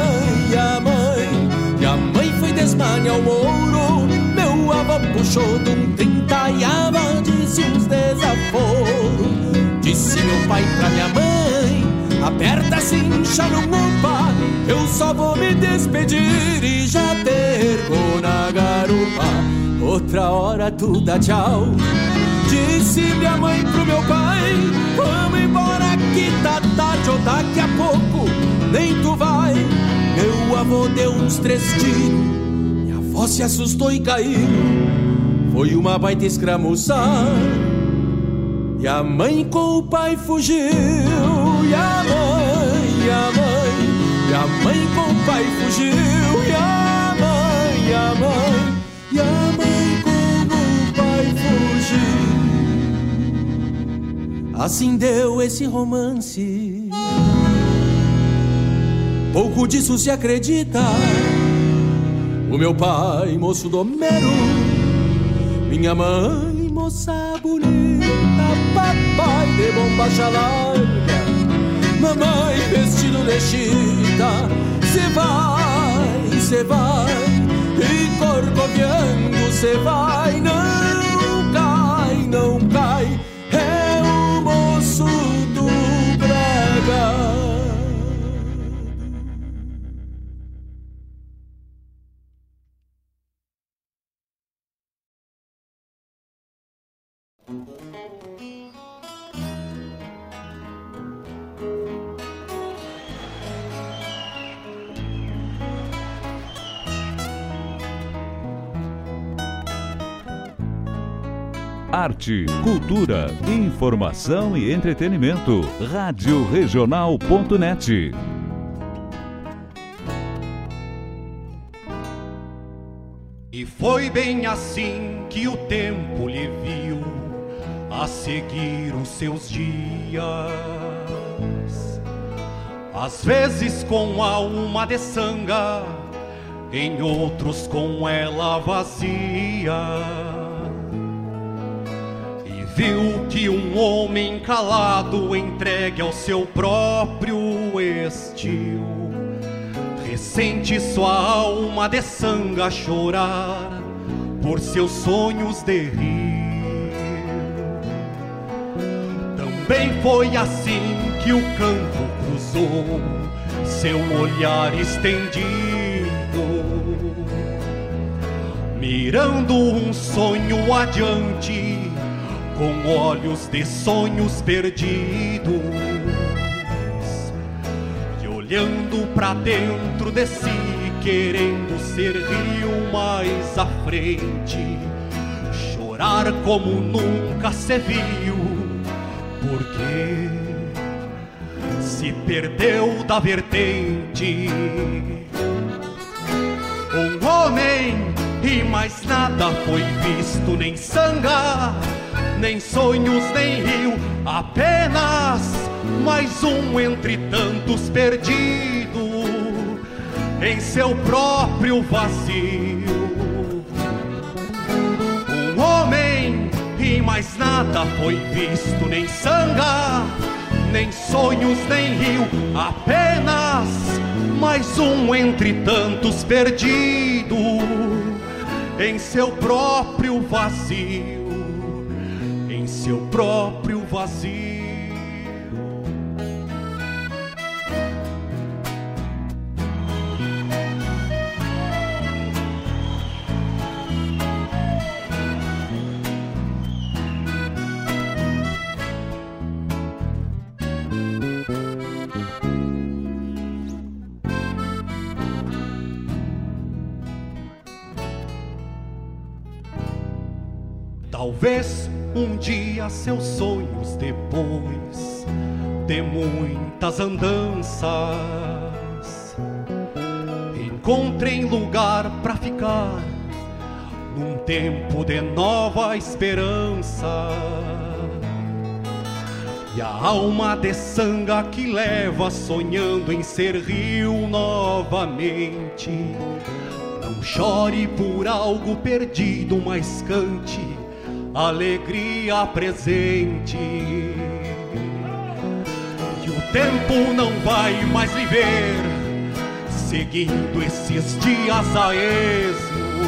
mãe foi desmanhar o moro. Meu avô puxou de um 30 e a avó disse uns desaforos. Disse meu pai pra minha mãe: aperta, cincha, não opa, eu só vou me despedir e já tergo na garupa. Outra hora tu dá tchau. Disse minha mãe pro meu pai: vamos embora que tá tarde, ou daqui a pouco nem tu vai. Meu avô deu uns 3 tiros, minha avó se assustou e caiu. Foi uma baita escramuça, e a mãe com o pai fugiu. E a mãe com o pai fugiu. E a mãe com o pai fugiu. Assim deu esse romance, pouco disso se acredita. O meu pai, moço domero, minha mãe, moça bonita, papai de bombacha larga, mamãe, vestido de chita. Cê vai, e corcoviando cê vai. Não cai, é o moço do brega. Arte, cultura, informação e entretenimento. Rádio Regional.net. E foi bem assim que o tempo lhe viu a seguir os seus dias, às vezes com alma de sanga, em outros com ela vazia. Viu que um homem calado, entregue ao seu próprio estio, ressente sua alma de sanga chorar por seus sonhos de rio. Também foi assim que o campo cruzou seu olhar estendido, mirando um sonho adiante, com olhos de sonhos perdidos, e olhando pra dentro de si, querendo ser rio mais à frente, chorar como nunca se viu, porque se perdeu da vertente. Um homem e mais nada foi visto, nem sanga, nem sonhos, nem rio, apenas mais um entre tantos perdido em seu próprio vazio. Um homem e mais nada foi visto, nem sanga, nem sonhos, nem rio, apenas mais um entre tantos perdido em seu próprio vazio. Seu próprio vazio. Talvez um dia seus sonhos, depois de muitas andanças, encontrem lugar pra ficar num tempo de nova esperança. E a alma de sanga que leva sonhando em ser rio novamente, não chore por algo perdido, mas cante alegria presente. E o tempo não vai mais lhe ver seguindo esses dias a esmo,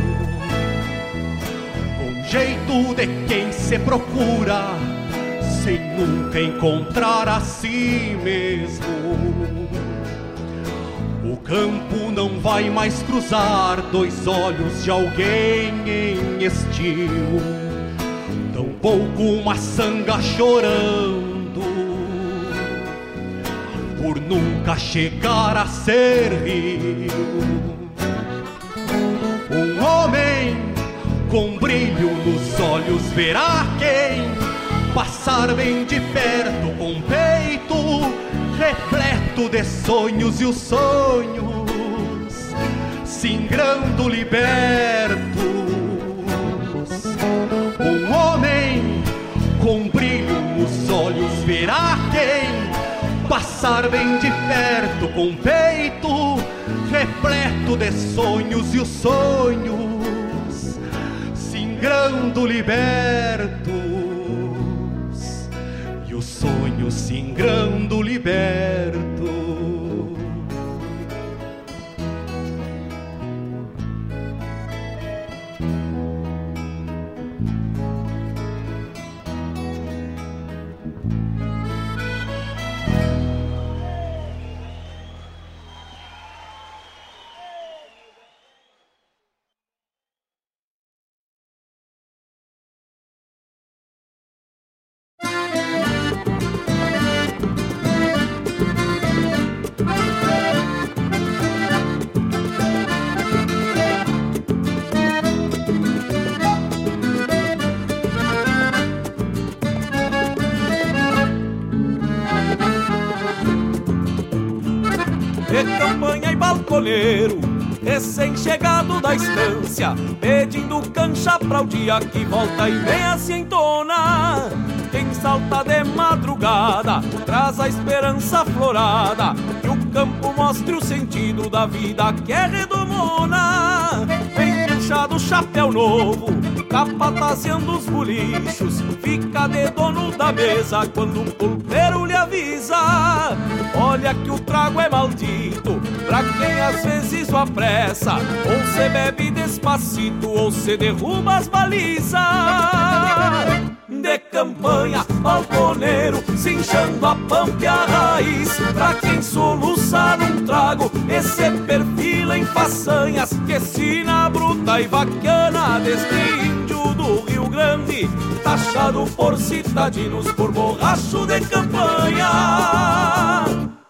com jeito de quem se procura sem nunca encontrar a si mesmo. O campo não vai mais cruzar dois olhos de alguém em estio, tampouco uma sanga chorando por nunca chegar a ser rio. Um homem com brilho nos olhos verá quem passar bem de perto, com peito repleto de sonhos, e os sonhos singrando libertos. Um homem com brilho nos olhos verá quem passar bem de perto, com peito repleto de sonhos, e os sonhos singrando libertos, e os sonhos singrando libertos. Recém-chegado da estância, pedindo cancha pra o dia que volta e venha se entona. Quem salta de madrugada traz a esperança florada, que o campo mostre o sentido da vida que é redomona. Vem pinchado chapéu novo, capatazeando os bolichos, fica de dono da mesa quando o pulpeiro lhe avisa. Olha que o trago é maldito pra quem às vezes o apressa, ou se bebe despacito ou se derruba as balizas. De campanha, balconeiro, cinchando a pampa e a raiz, pra quem soluça num trago e se perfila em façanhas, que sina bruta e vaquiana deste índio do Rio Grande, taxado por citadinos por borracho de campanha.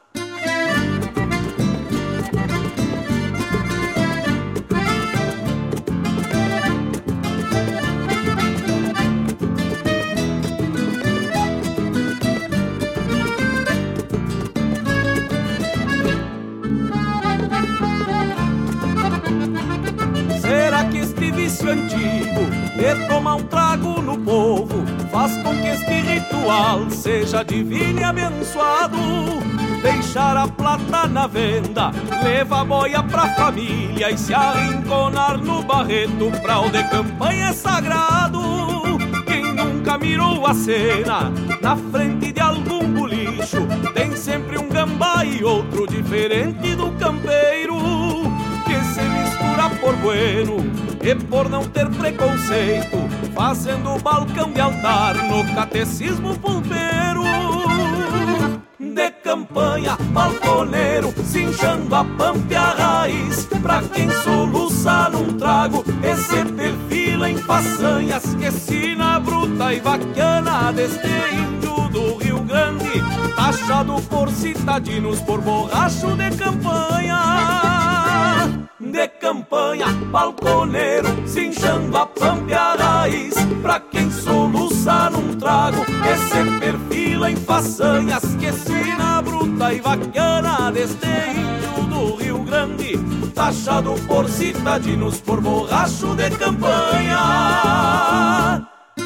Antigo e tomar um trago no povo faz com que este ritual seja divino e abençoado. Deixar a plata na venda, leva a boia pra família e se arrinconar no barreto pra o de campanha é sagrado. Quem nunca mirou a cena na frente de algum bolicho, tem sempre um gambá e outro diferente do campeiro, que se mistura por bueno e por não ter preconceito, fazendo balcão de altar no catecismo pulpeiro. De campanha, balconeiro, cinchando a pampa e a raiz, pra quem soluça num trago e se perfila em façanhas, que sina bruta e vaquiana deste índio do Rio Grande, taxado por citadinos por borracho de campanha. De campanha, balconeiro, cinchando a pampa e a raiz, pra quem soluça num trago e se perfila em façanhas, que sina bruta e vaquiana deste índio do Rio Grande, taxado por citadinos por borracho de campanha.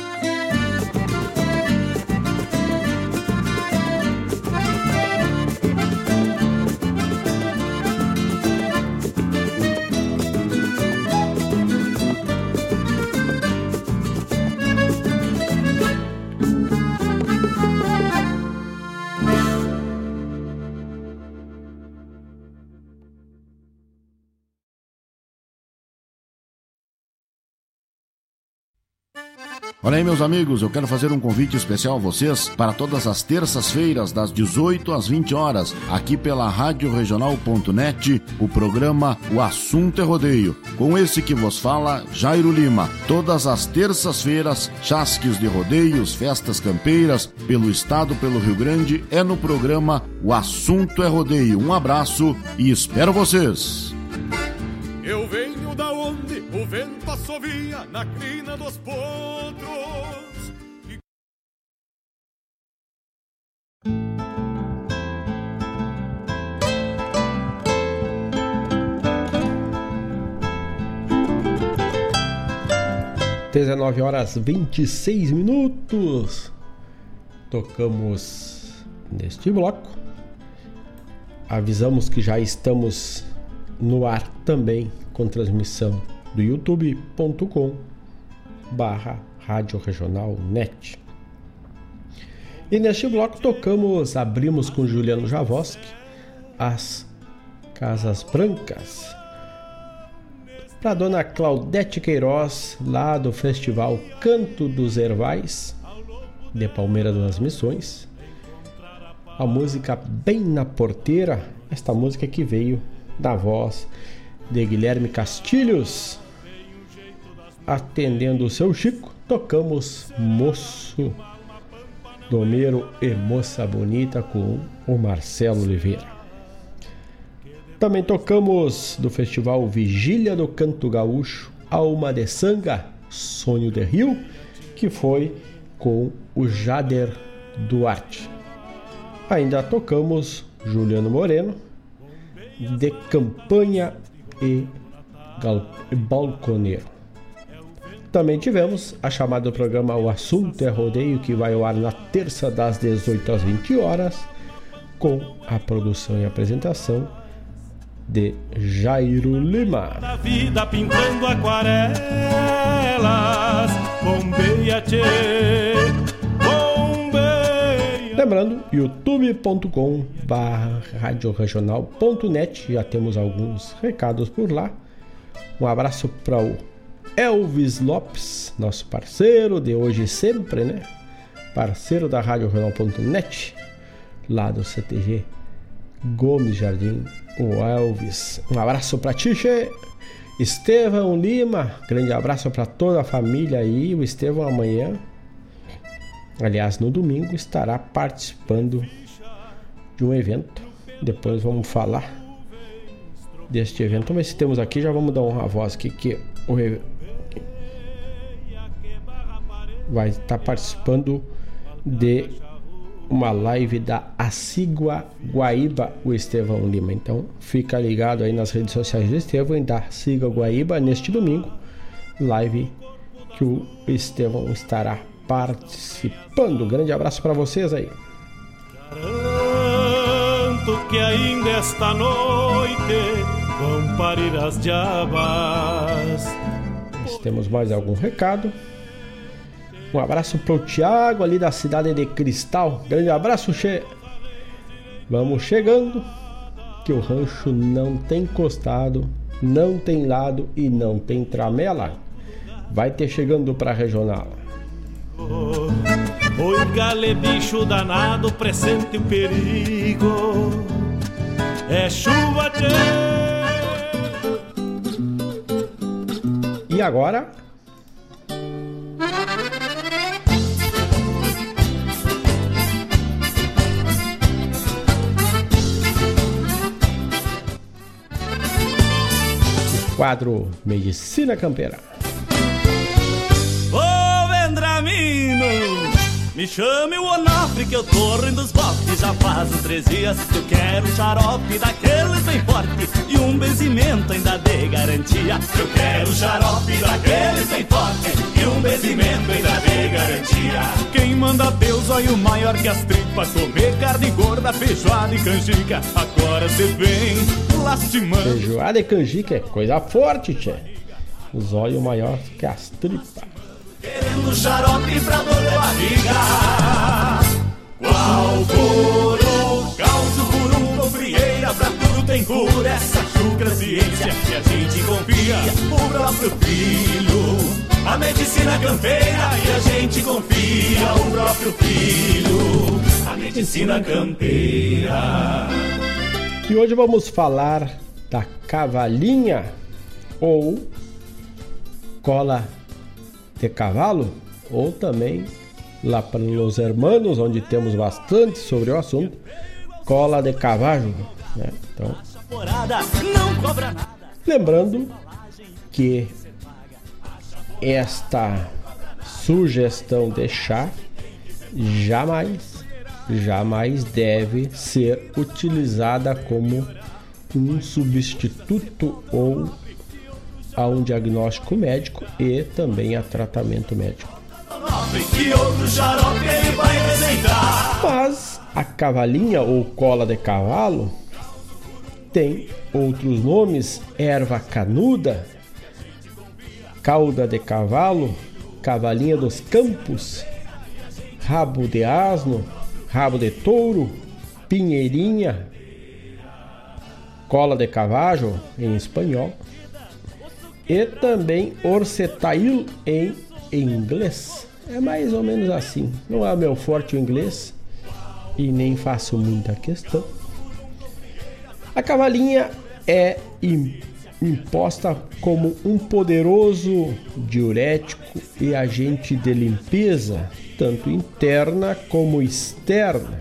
Olha aí, meus amigos, eu quero fazer um convite especial a vocês para todas as terças-feiras, das 18 às 20 horas, aqui pela radioregional.net, o programa O Assunto é Rodeio, com esse que vos fala, Jairo Lima. Todas as terças-feiras, chasques de rodeios, festas campeiras, pelo estado, pelo Rio Grande, é no programa O Assunto é Rodeio. Um abraço e espero vocês! Eu venho da onde o vento assovia na crina dos potros. 19 horas 26 minutos. Tocamos neste bloco. Avisamos que já estamos no ar também com transmissão do youtube.com/Rádio Regional Net. E neste bloco abrimos com Juliano Javoski as Casas Brancas, para dona Claudete Queiroz, lá do Festival Canto dos Ervais de Palmeira das Missões. A música Bem na Porteira, esta música que veio da voz de Guilherme Castilhos. Atendendo o seu Chico, tocamos Moço Domeiro e Moça Bonita com o Marcelo Oliveira. Também tocamos do Festival Vigília do Canto Gaúcho, Alma de Sanga, Sonho de Rio, que foi com o Jader Duarte. Ainda tocamos Juliano Moreno, De Campanha e Balconeiro. Também tivemos a chamada do programa O Assunto é Rodeio, que vai ao ar na terça das 18 às 20 horas, com a produção e apresentação de Jairo Lima. Da vida pintando aquarelas, bombeia tchê, bombeia. Lembrando, youtube.com/radioregional.net, já temos alguns recados por lá. Um abraço para o Elvis Lopes, nosso parceiro de hoje e sempre, né? Parceiro da radioregional.net, lá do CTG Gomes Jardim, o Elvis. Um abraço para ti, Che. Estevão Lima, grande abraço para toda a família aí. O Estevão amanhã, aliás no domingo, estará participando de um evento. Depois vamos falar deste evento. Vamos ver se temos aqui, já vamos dar uma voz aqui que vai estar participando de uma live da Assígua Guaíba, o Estevão Lima. Então fica ligado aí nas redes sociais do Estevão e da Assígua Guaíba neste domingo, live que o Estevão estará participando. Grande abraço para vocês aí. Garanto que ainda esta noite vão parir as diabas. Nós temos mais algum recado. Um abraço pro Thiago ali da cidade de Cristal. Grande abraço, Che. Vamos chegando, que o rancho não tem encostado, não tem lado e não tem tramela. Vai ter chegando pra regional. Oi, gale, bicho danado, pressente o perigo. É chuva, tchê. E agora? Quadro Medicina Campeira. Ô Vendramino, me chame o Onofre que eu tô rindo dos bofes. Já faz uns 3 dias que eu quero um xarope daqueles bem forte e um benzimento ainda de garantia. Eu quero um xarope daqueles bem forte e um benzimento ainda de garantia. Quem manda Deus, olha o maior que as tripas, comer carne gorda, feijoada e canjica. Agora cê vem lastimando. Feijoada e canjica é coisa forte, tchê. Os olhos maior que as tripas. Querendo xarope pra dor de barriga. Qual coro, calço, curumba, frieira, pra tudo tem cura. Essa chucra ciência que a gente confia. O próprio filho, a medicina campeira. E a gente confia o próprio filho, a medicina campeira. E hoje vamos falar da cavalinha ou cola de cavalo, ou também lá para os hermanos, onde temos bastante sobre o assunto, cola de cavalo, né? Então, lembrando que esta sugestão de chá jamais deve ser utilizada como um substituto ou a um diagnóstico médico e também a tratamento médico. Mas a cavalinha ou cola de cavalo tem outros nomes: erva canuda, cauda de cavalo, cavalinha dos campos, rabo de asno, rabo de touro, pinheirinha, cola de cavajo em espanhol, e também orcetail em inglês. É mais ou menos assim. Não é meu forte o inglês e nem faço muita questão. A cavalinha é imposta como um poderoso diurético e agente de limpeza, tanto interna como externa.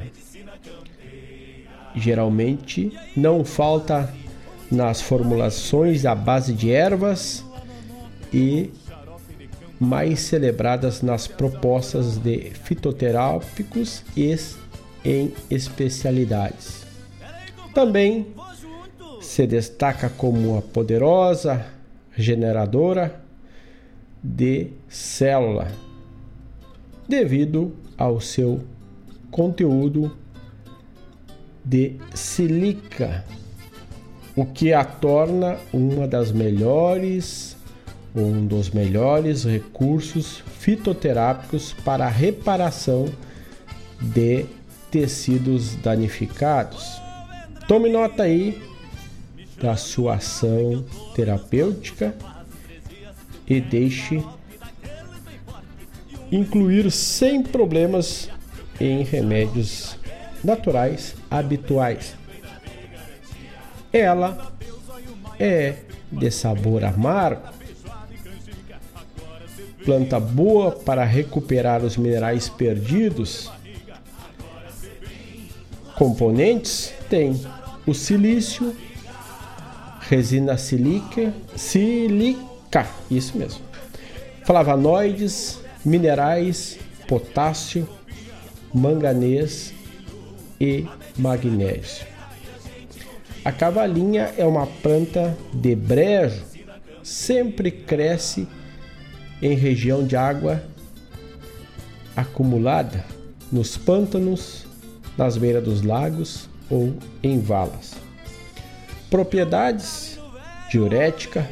Geralmente não falta nas formulações à base de ervas e mais celebradas nas propostas de fitoterápicos e em especialidades. Também se destaca como uma poderosa regeneradora de célula, devido ao seu conteúdo de sílica, o que a torna um dos melhores recursos fitoterápicos para a reparação de tecidos danificados. Tome nota aí da sua ação terapêutica e deixe incluir sem problemas em remédios naturais habituais. Ela é de sabor amargo, planta boa para recuperar os minerais perdidos. Componentes tem o silício, resina sílica, isso mesmo, flavonoides, minerais, potássio, manganês e magnésio. A cavalinha é uma planta de brejo, sempre cresce em região de água acumulada, nos pântanos, nas beiras dos lagos ou em valas. Propriedades: diurética,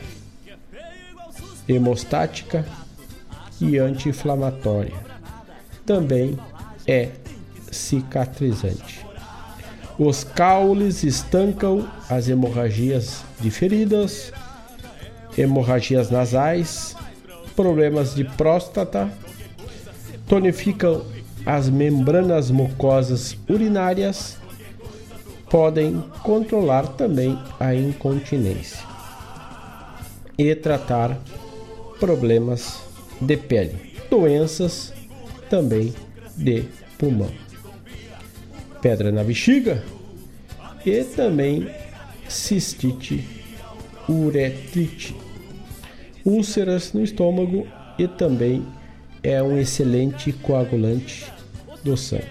hemostática e anti-inflamatória. Também é cicatrizante. Os caules estancam as hemorragias de feridas, hemorragias nasais, problemas de próstata, tonificam as membranas mucosas urinárias, podem controlar também a incontinência e tratar problemas de pele, doenças também de pulmão, pedra na bexiga e também cistite, uretrite, úlceras no estômago, e também é um excelente coagulante do sangue.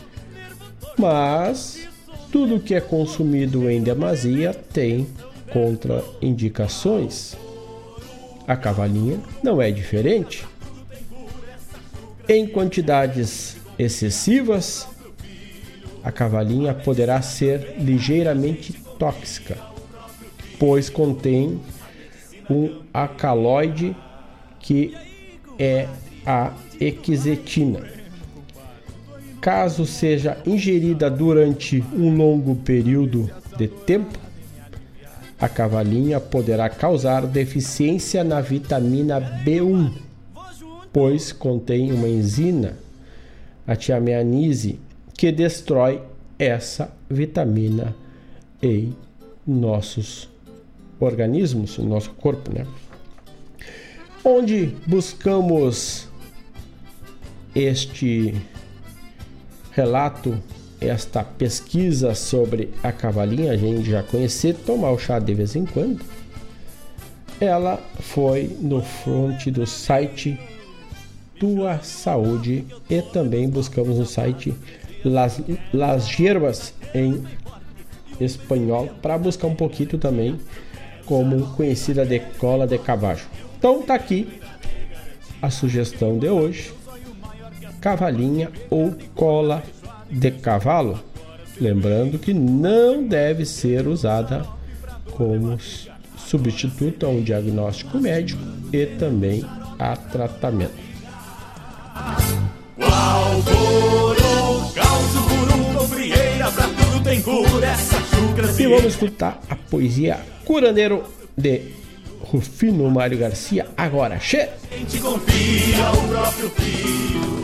Mas tudo que é consumido em demasia tem contraindicações. A cavalinha não é diferente. Em quantidades excessivas, a cavalinha poderá ser ligeiramente tóxica, pois contém um alcaloide que é a eczetina. Caso seja ingerida durante um longo período de tempo, a cavalinha poderá causar deficiência na vitamina B1, pois contém uma enzima, a tiamianise, que destrói essa vitamina em nossos organismos, no nosso corpo, né? Onde buscamos este relato, esta pesquisa sobre a cavalinha, a gente já conhecer, tomar o chá de vez em quando. Ela foi no front do site Tua Saúde e também buscamos no site Las Hierbas em espanhol para buscar um pouquinho também como conhecida de cola de cavajo. Então tá aqui a sugestão de hoje: cavalinha ou cola de cavalo. Lembrando que não deve ser usada como substituto a um diagnóstico médico e também a tratamento. E vamos escutar a poesia Curandeiro de Rufino Mário Garcia agora. Che! Confia o próprio filho.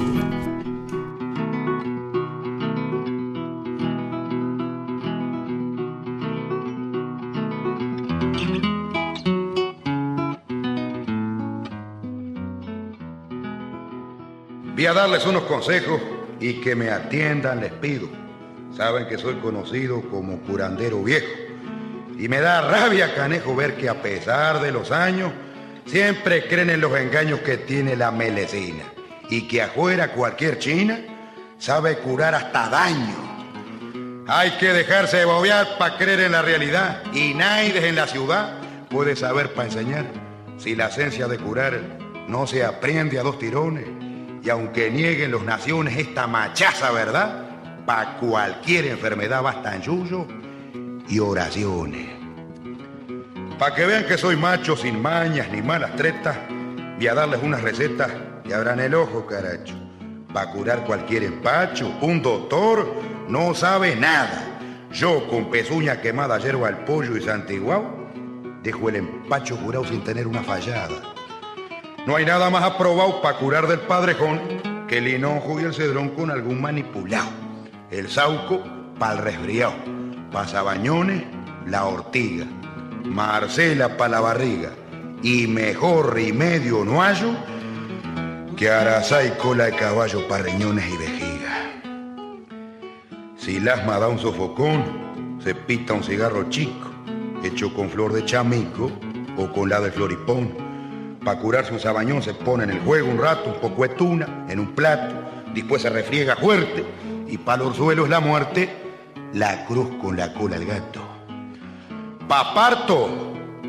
Voy a darles unos consejos y que me atiendan, les pido. Saben que soy conocido como curandero viejo. Y me da rabia, canejo, ver que a pesar de los años, siempre creen en los engaños que tiene la melecina. Y que afuera cualquier china sabe curar hasta daño. Hay que dejarse de bobear para creer en la realidad. Y nadie en la ciudad puede saber para enseñar. Si la esencia de curar no se aprende a dos tirones. Y aunque nieguen los naciones esta machaza verdad, para cualquier enfermedad bastan yuyos y oraciones. Para que vean que soy macho sin mañas ni malas tretas, voy a darles unas recetas y abran el ojo, caracho. Para curar cualquier empacho, un doctor no sabe nada. Yo con pezuña quemada, yerba al pollo y santiguao, dejo el empacho curado sin tener una fallada. No hay nada más aprobado para curar del padrejón que el hinojo y el cedrón con algún manipulado. El sauco para el resfriado, para sabañones la ortiga, Marcela para la barriga y mejor remedio no hallo que arazá y cola de caballo para riñones y vejiga. Si el asma da un sofocón, se pita un cigarro chico hecho con flor de chamico o con la de floripón. Para curarse un sabañón se pone en el juego un rato, un poco de tuna en un plato, después se refriega fuerte y para los orzuelo es la muerte, la cruz con la cola al gato. Paparto,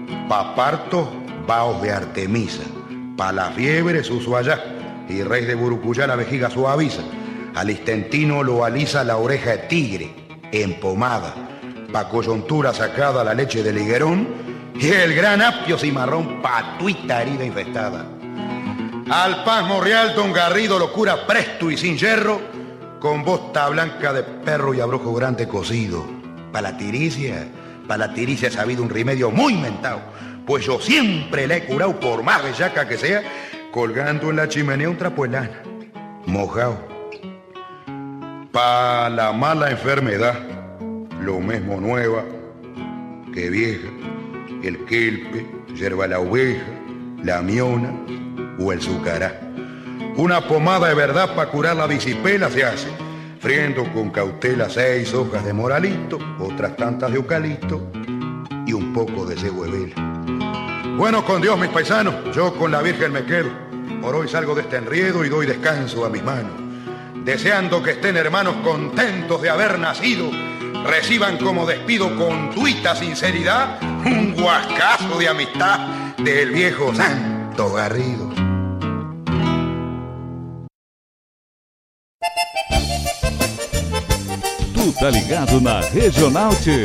vaos de Artemisa, pa' la fiebre su allá y rey de Burucuyá la vejiga suaviza, al istentino lo alisa la oreja de tigre, empomada, pa' coyuntura sacada la leche del higuerón, y el gran apio cimarrón patuita herida infestada. Al pasmo real don Garrido lo cura presto y sin hierro, con bosta blanca de perro y abrojo grande cocido. Pa' la tiricia he sabido un remedio muy mentado, pues yo siempre la he curado por más bellaca que sea, colgando en la chimenea un trapo de lana, mojado. Pa' la mala enfermedad, lo mismo nueva que vieja, el quelpe, yerba la oveja, la miona o el sucará. Una pomada de verdad para curar la disipela se hace, friendo con cautela 6 hojas de moralito, otras tantas de eucalipto y un poco de cebo de vela. Bueno, con Dios, mis paisanos, yo con la Virgen me quedo. Por hoy salgo de este enriedo y doy descanso a mis manos, deseando que estén hermanos contentos de haber nacido, reciban como despido con tuita sinceridad un guascazo de amistad del viejo Santo Garrido. Tu tá ligado na Regional Tchê.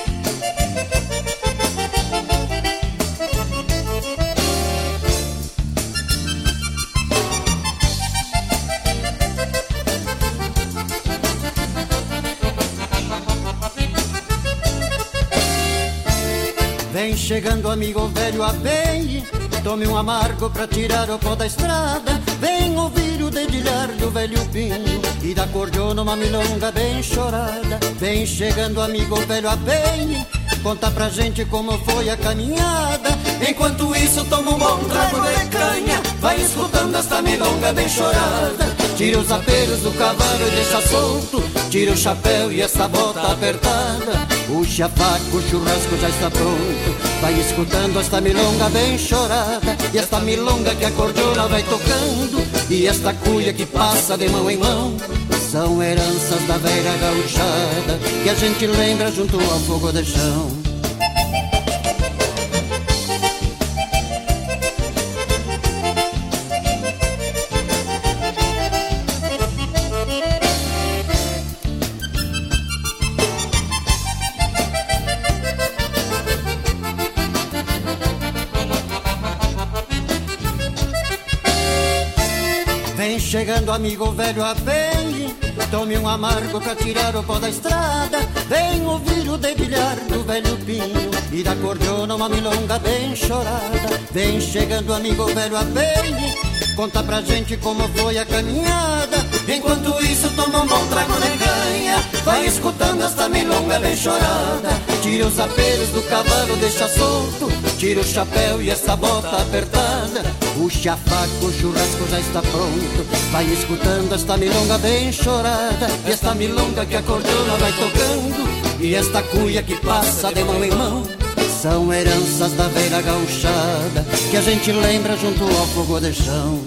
Vem chegando amigo velho a bem, tome um amargo pra tirar o pó da estrada. Vem ouvir o dedilhar do velho pinho e da cordiona uma milonga bem chorada. Vem chegando amigo velho a bem, conta pra gente como foi a caminhada. Enquanto isso toma um bom trago de canha, vai escutando esta milonga bem chorada. Tira os aperos do cavalo e deixa solto, tira o chapéu e esta bota apertada. Puxa a faca, o churrasco já está pronto, vai escutando esta milonga bem chorada. E esta milonga que a cordiona vai tocando, e esta cuia que passa de mão em mão, são heranças da velha gauchada que a gente lembra junto ao fogo de chão. Vem chegando amigo velho a bem, tome um amargo pra tirar o pó da estrada. Vem ouvir o dedilhar do velho pinho e da cordiona uma milonga bem chorada. Vem chegando amigo velho a bem, conta pra gente como foi a caminhada. Enquanto isso toma um bom trago de canha, vai escutando esta milonga bem chorada. Tira os apelos do cavalo, deixa solto, tira o chapéu e essa bota apertada. Puxa a faca, o churrasco já está pronto, vai escutando esta milonga bem chorada. E esta milonga que a cordona vai tocando, e esta cuia que passa de mão em mão, são heranças da velha gauchada que a gente lembra junto ao fogo de chão.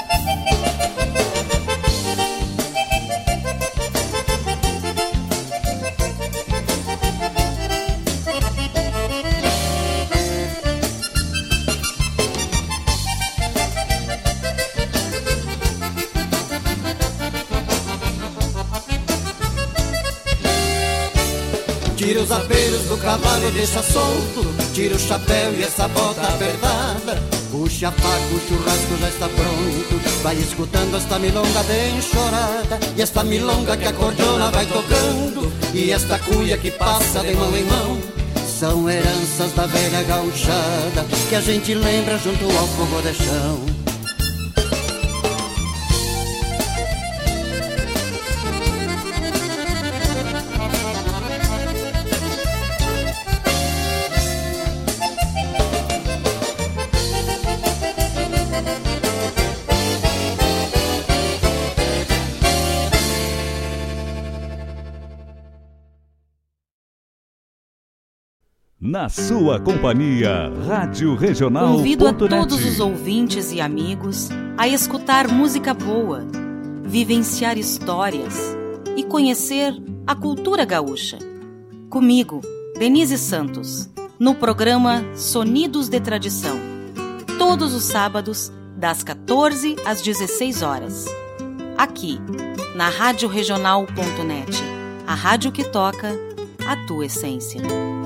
Tira os apelos do cavalo, deixa solto, tira o chapéu e essa bota apertada. Puxa a faca, o churrasco já está pronto, vai escutando esta milonga bem chorada. E esta milonga que a cordona vai tocando, e esta cuia que passa de mão em mão, são heranças da velha gauchada que a gente lembra junto ao fogo de chão. Na sua companhia, Rádio Regional. Convido a todos os ouvintes e amigos a escutar música boa, vivenciar histórias e conhecer a cultura gaúcha. Comigo, Denise Santos, no programa Sonidos de Tradição, todos os sábados, das 14 às 16 horas. Aqui, na radioregional.net, a rádio que toca a tua essência.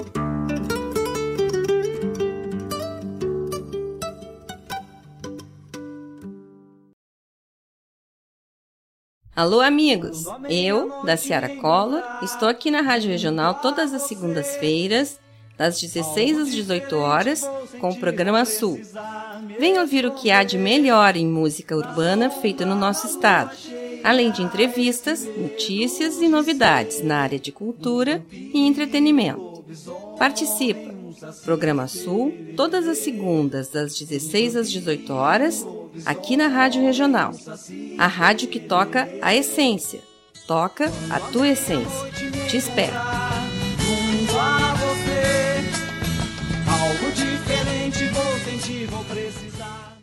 Alô, amigos! Eu, da Ciara Collor, estou aqui na Rádio Regional todas as segundas-feiras, das 16 às 18 horas, com o programa Sul. Venha ouvir o que há de melhor em música urbana feita no nosso estado, além de entrevistas, notícias e novidades na área de cultura e entretenimento. Participa! Programa Sul, todas as segundas, das 16 às 18 horas, aqui na Rádio Regional. A rádio que toca a essência. Toca a tua essência. Te espero. Junto a você, algo diferente vou sentir, vou precisar.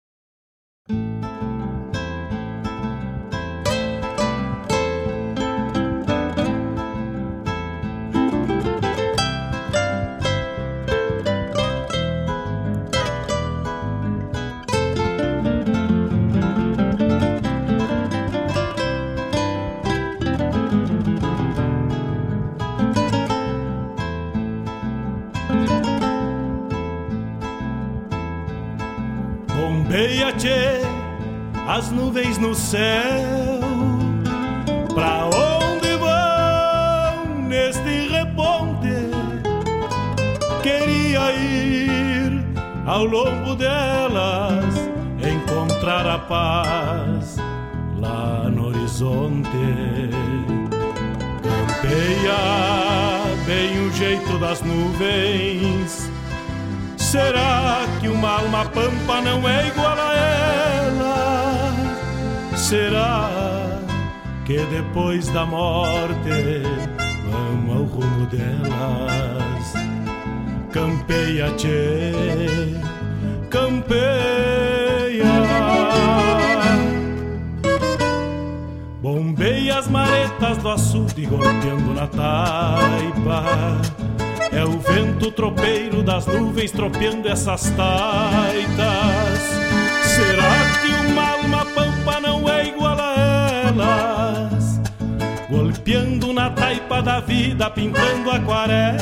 Bombeia, tchê, as nuvens no céu, pra onde vão neste reponte? Queria ir ao longo delas, encontrar a paz lá no horizonte. Campeia bem o jeito das nuvens. Será que uma alma pampa não é igual a ela? Será que depois da morte vamos ao rumo delas? Campeia, tchê, campeia. Bombeia as maretas do açude golpeando na taipa. É o vento tropeiro das nuvens tropeando essas taitas. Será que uma alma pampa não é igual a elas? Golpeando na taipa da vida, pintando aquarelas.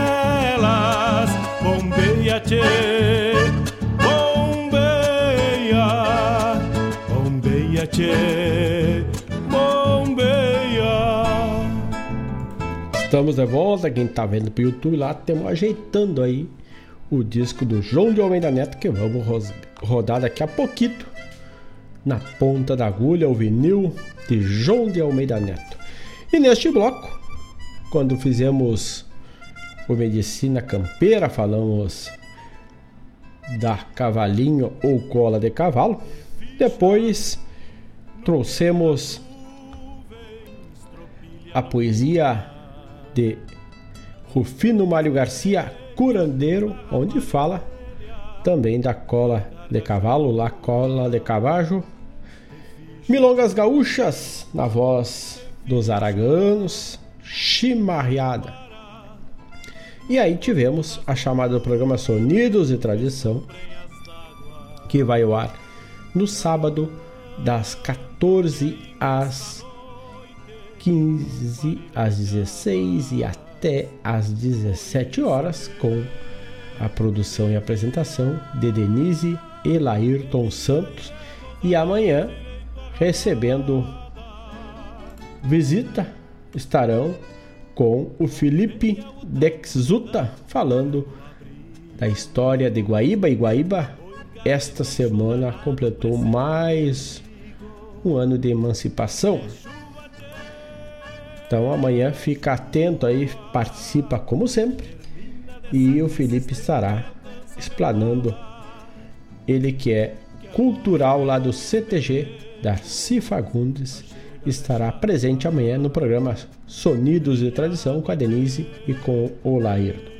Bombeia, tchê, bombeia, bombeia, tchê, bombeia. Estamos de volta, quem tá vendo pro YouTube lá, estamos ajeitando aí o disco do João de Almeida Neto, que vamos rodar daqui a pouquinho. Na ponta da agulha, o vinil de João de Almeida Neto. E neste bloco, quando fizemos o Medicina Campeira, falamos da Cavalinho ou Cola de Cavalo. Depois trouxemos a poesia de Rufino Mário Garcia, Curandeiro, onde fala também da cola de cavalo, la cola de cavajo. Milongas gaúchas, na voz dos araganos, chimarreada. E aí tivemos a chamada do programa Sonidos e Tradição, que vai ao ar no sábado, das 14 às 15, às 16 e até às 17 horas, com a produção e apresentação de Denise e Laírton Santos. E amanhã, recebendo visita, estarão com o Felipe Dexuta, falando da história de Guaíba. E Guaíba, esta semana, completou mais um ano de emancipação. Então amanhã fica atento aí, participa como sempre. E o Felipe estará explanando, ele que é cultural lá do CTG, Darcy Fagundes, estará presente amanhã no programa Sonidos de Tradição com a Denise e com o Laírton.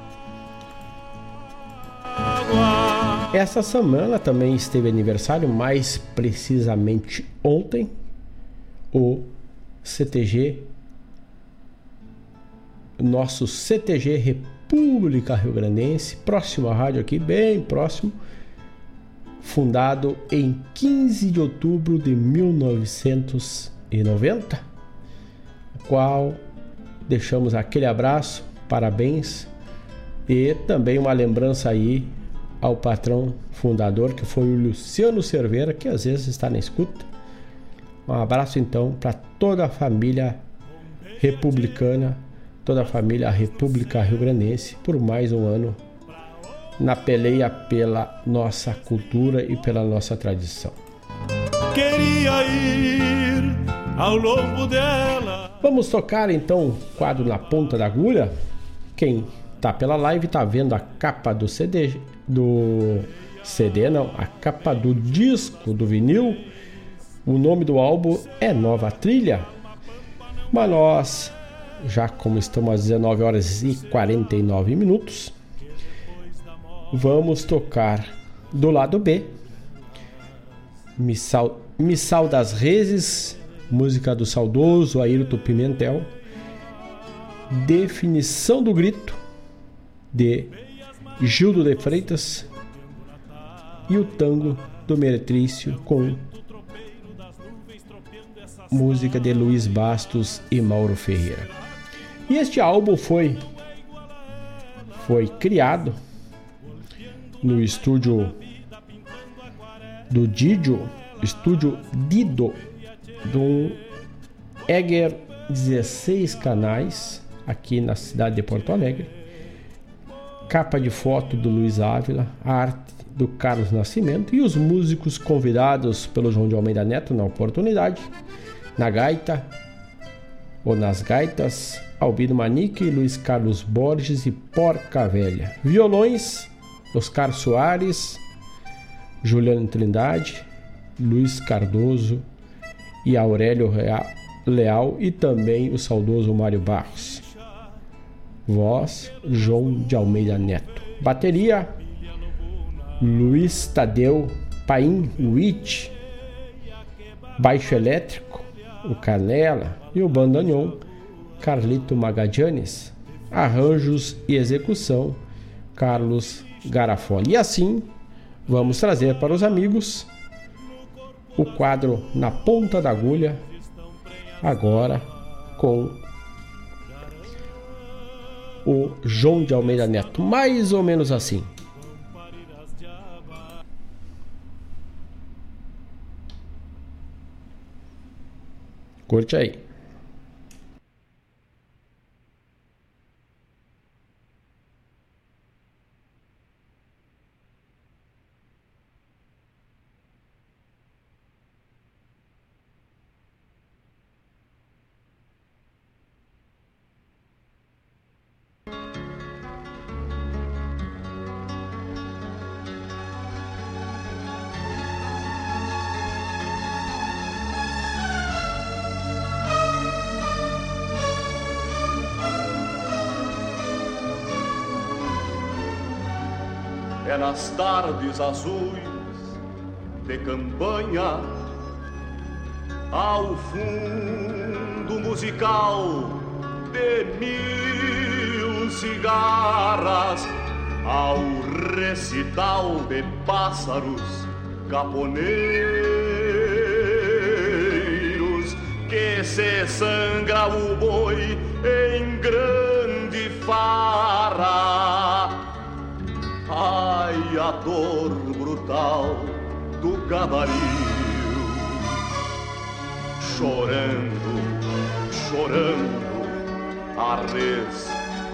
Essa semana também esteve aniversário, mais precisamente ontem, o CTG, nosso CTG República Rio Grandense, próximo à rádio aqui, bem próximo, fundado em 15 de outubro de 1990, qual deixamos aquele abraço, parabéns, e também uma lembrança aí ao patrão fundador, que foi o Luciano Cerveira, que às vezes está na escuta. Um abraço então para toda a família republicana, toda a família República Rio Grandense, por mais um ano na peleia pela nossa cultura e pela nossa tradição. Queria ir ao longo dela. Vamos tocar então o quadro Na Ponta da Agulha. Quem tá pela live tá vendo a capa do a capa do disco, do vinil. O nome do álbum é Nova Trilha. Mas nós, já como estamos às 19 horas e 49 minutos, vamos tocar do lado B, Missal das Reses, música do saudoso Ayrton Pimentel, Definição do Grito, de Gildo de Freitas, e o Tango do Meretrício, com música de Luiz Bastos e Mauro Ferreira. E este álbum foi criado no estúdio do Didio, estúdio Dido, do Egger 16 canais, aqui na cidade de Porto Alegre. Capa de foto do Luiz Ávila, a arte do Carlos Nascimento e os músicos convidados pelo João de Almeida Neto na oportunidade. Na gaita, ou nas gaitas, Albino Manique, Luiz Carlos Borges e Porca Velha. Violões, Oscar Soares, Juliano Trindade, Luiz Cardoso e Aurélio Leal, e também o saudoso Mário Barros. Voz, João de Almeida Neto. Bateria, Luiz Tadeu Paim Witt. Baixo elétrico, o Canela, e o bandoneon, Carlito Magadianes. Arranjos e execução, Carlos Garafoli. E assim, vamos trazer para os amigos o quadro Na Ponta da Agulha, agora com o João de Almeida Neto, mais ou menos assim. Curte aí. É nas tardes azuis de campanha, ao fundo musical de 1000 cigarras, ao recital de pássaros caponeiros, que se sangra o boi em grande farra. Ai, a dor brutal do gabaril, chorando, chorando, a res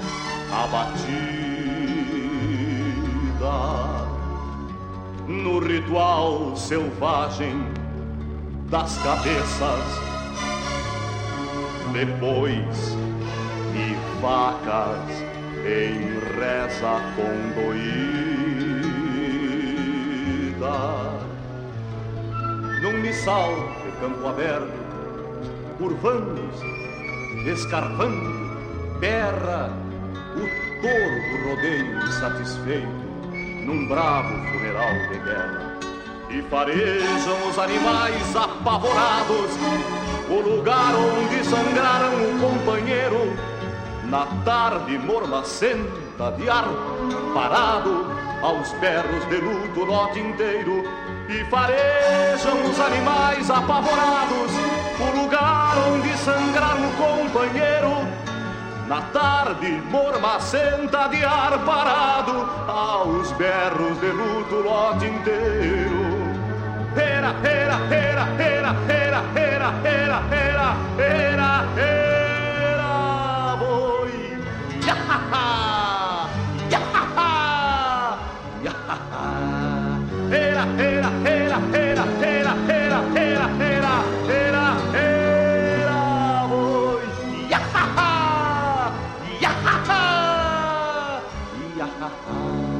abatida, no ritual selvagem das cabeças, depois e vacas em reza condoída, num missal de campo aberto, curvando-se, escarvando, berra o touro do rodeio insatisfeito, num bravo funeral de guerra. E farejam os animais apavorados o lugar onde sangraram o companheiro, na tarde mormacenta de ar parado, aos berros de luto o lote inteiro. E farejam os animais apavorados o lugar onde sangraram o companheiro, na tarde mormacenta de ar parado, aos berros de luto o lote inteiro. Era, era, era, era, era, era, era, era, era, era. Era, era, era, era, era, era, era, era, era, era, boi. Yahaha, yahaha, yahaha.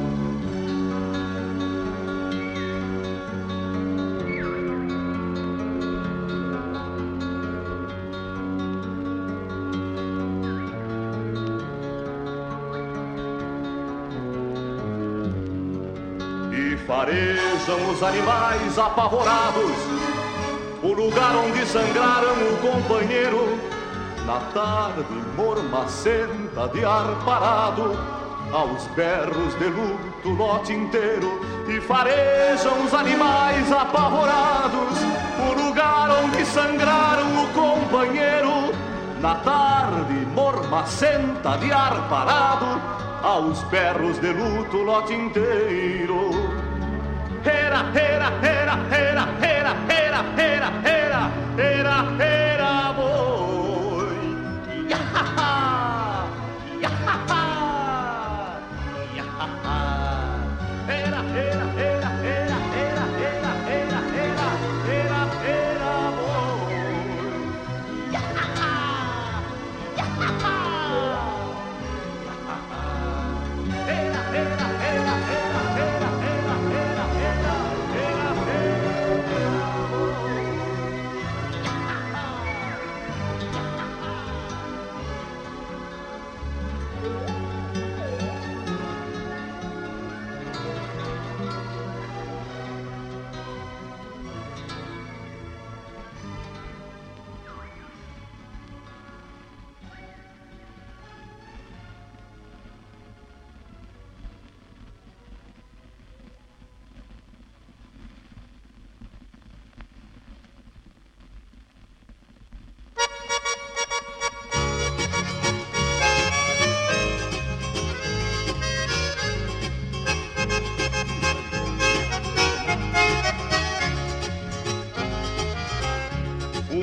Farejam os animais apavorados o lugar onde sangraram o companheiro, na tarde mormacenta de ar parado, aos berros de luto o lote inteiro. E farejam os animais apavorados o lugar onde sangraram o companheiro, na tarde mormacenta de ar parado, aos berros de luto o lote inteiro. Era, era, era, era, era, era, era, era, era, era, boi. Yahaha, yahaha, yahaha. Era, era, era, era, era, era, era, era, era, era, boi. Yahaha, yahaha, yahaha. Era, era, era, era, era, era, era.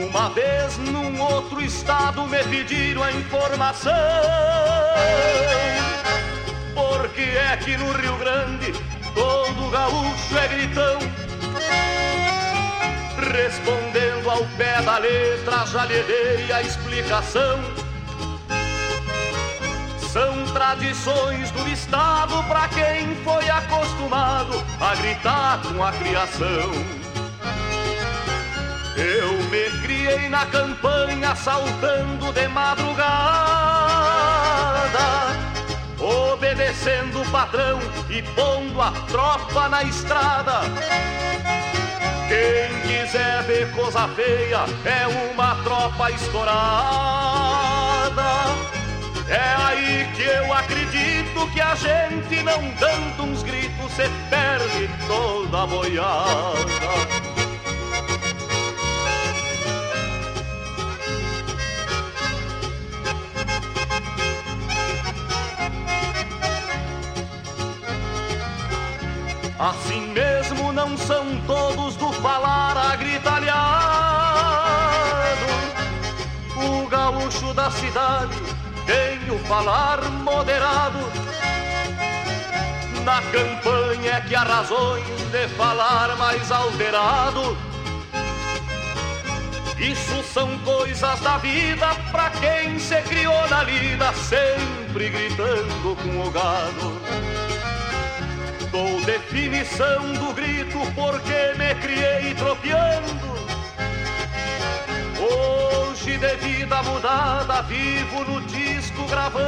Uma vez num outro estado me pediram a informação, porque é que no Rio Grande todo gaúcho é gritão. Respondendo ao pé da letra, já lhe dei a explicação. São tradições do estado pra quem foi acostumado a gritar com a criação. Eu me criei na campanha saltando de madrugada, obedecendo o patrão e pondo a tropa na estrada. Quem quiser ver coisa feia é uma tropa estourada. É aí que eu acredito que a gente, não dando uns gritos, se perde toda a boiada. Assim mesmo não são todos do falar agritalhado. O gaúcho da cidade tem o falar moderado. Na campanha é que há razões de falar mais alterado. Isso são coisas da vida pra quem se criou na lida, sempre gritando com o gado. Dou definição do grito porque me criei tropeando. Hoje de vida mudada vivo no disco gravando.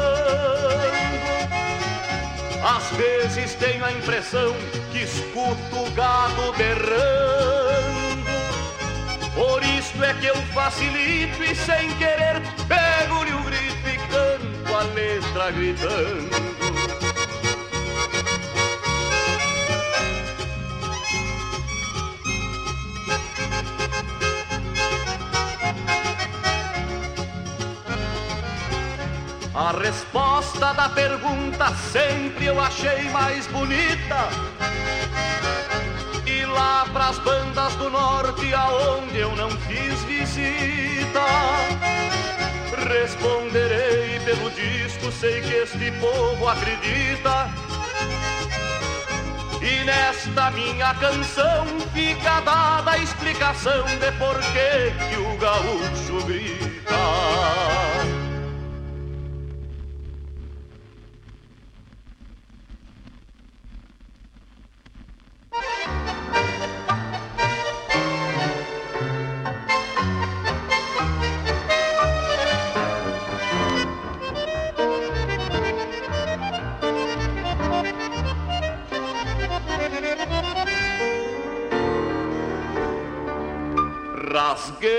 Às vezes tenho a impressão que escuto o gado berrando. Por isso é que eu facilito e sem querer pego-lhe o grito e canto a letra gritando. A resposta da pergunta sempre eu achei mais bonita. E lá pras bandas do norte, aonde eu não fiz visita, responderei pelo disco, sei que este povo acredita. E nesta minha canção fica dada a explicação de por que o gaúcho grita. Rasguei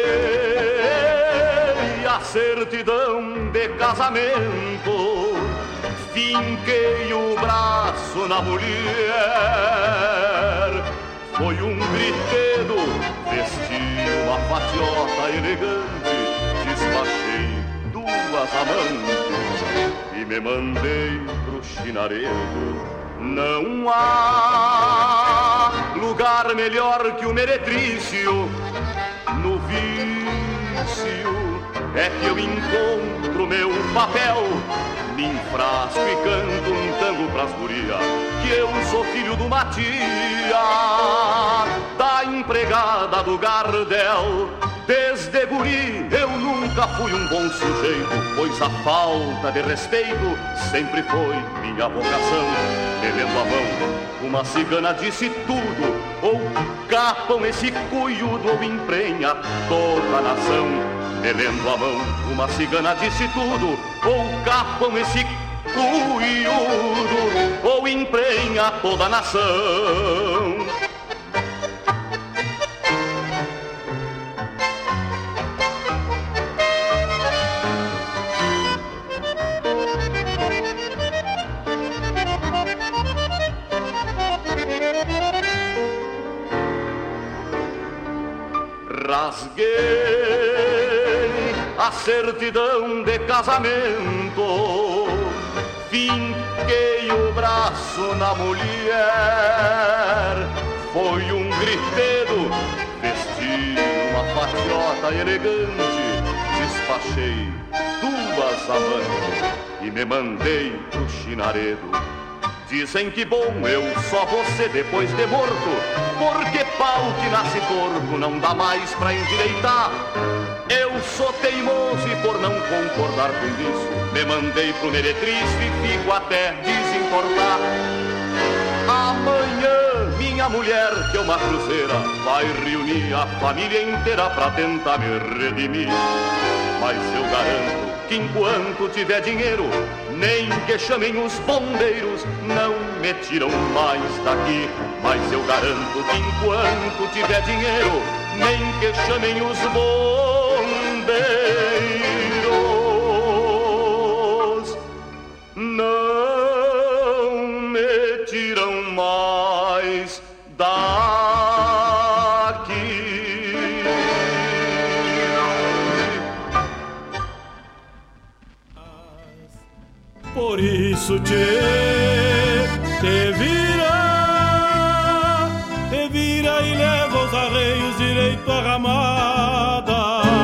a certidão de casamento, finquei o braço na mulher. Foi um griteiro, vesti uma fatiota elegante, despachei duas amantes e me mandei pro chinaredo. Não há lugar melhor que o meretrício. No vício é que eu encontro meu papel. Me enfrasco e canto um tango pras gurias, que eu sou filho do Matias, da empregada do Gardel. Desde guri eu nunca fui um bom sujeito, pois a falta de respeito sempre foi minha vocação. Melendo a mão, uma cigana disse tudo: ou capam esse cuiudo ou emprenha toda a nação. Melendo a mão, uma cigana disse tudo: ou capam esse cuiudo ou emprenha toda a nação. Rasguei a certidão de casamento, finquei o braço na mulher. foi um griteiro, vesti uma fatiota elegante, despachei 2 amantes e me mandei pro chinaredo. Dizem que bom eu só vou ser depois de morto, porque pau que nasce torto não dá mais pra endireitar. Eu sou teimoso e por não concordar com isso, me mandei pro meretriz e fico até desimportar. Amanhã minha mulher, que é uma cruzeira, vai reunir a família inteira pra tentar me redimir. Mas eu garanto que enquanto tiver dinheiro, nem que chamem os bombeiros, não me tiram mais daqui. Mas eu garanto que enquanto tiver dinheiro, nem que chamem os bombeiros, não me tiram mais daqui. Por isso te vira e leva os arreios direito à ramada.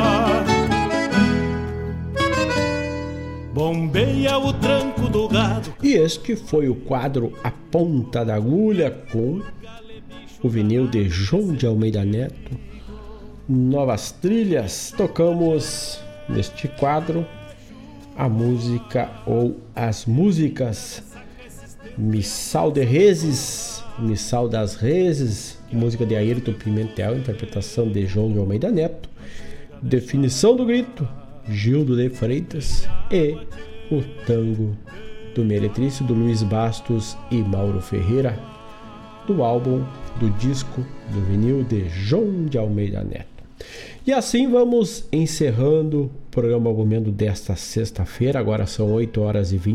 Bombeia o tranco do gado. E este foi o quadro A Ponta da Agulha, com o vinil de João de Almeida Neto. Novas trilhas. Tocamos neste quadro a música ou as músicas Missal de Rezes, Missal das Rezes, música de Ayrton Pimentel, interpretação de João de Almeida Neto, Definição do Grito, Gildo de Freitas, e o Tango do Meretrício, do Luiz Bastos e Mauro Ferreira, do álbum, do disco, do vinil de João de Almeida Neto. E assim vamos encerrando o programa Argumento desta sexta-feira. Agora são 8 horas e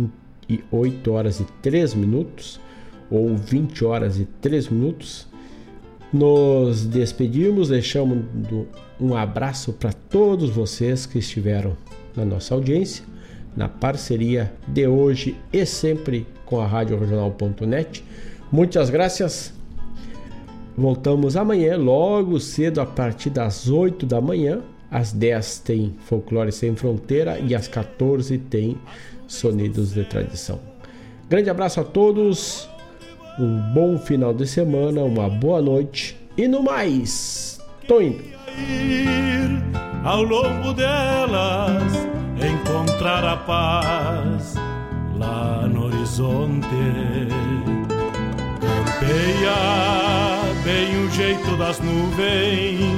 3 minutos, ou 20 horas e 3 minutos. Nos despedimos, deixamos um abraço para todos vocês que estiveram na nossa audiência, na parceria de hoje e sempre com a Rádio Regional.net. Muitas graças. Voltamos amanhã, logo cedo, a partir das 8 da manhã. Às 10 tem Folclore Sem Fronteira e às 14 tem Sonidos de Tradição. Grande abraço a todos, um bom final de semana, uma boa noite e no mais, tô indo. Ao longo delas encontrar a paz lá no horizonte. Campeia bem o jeito das nuvens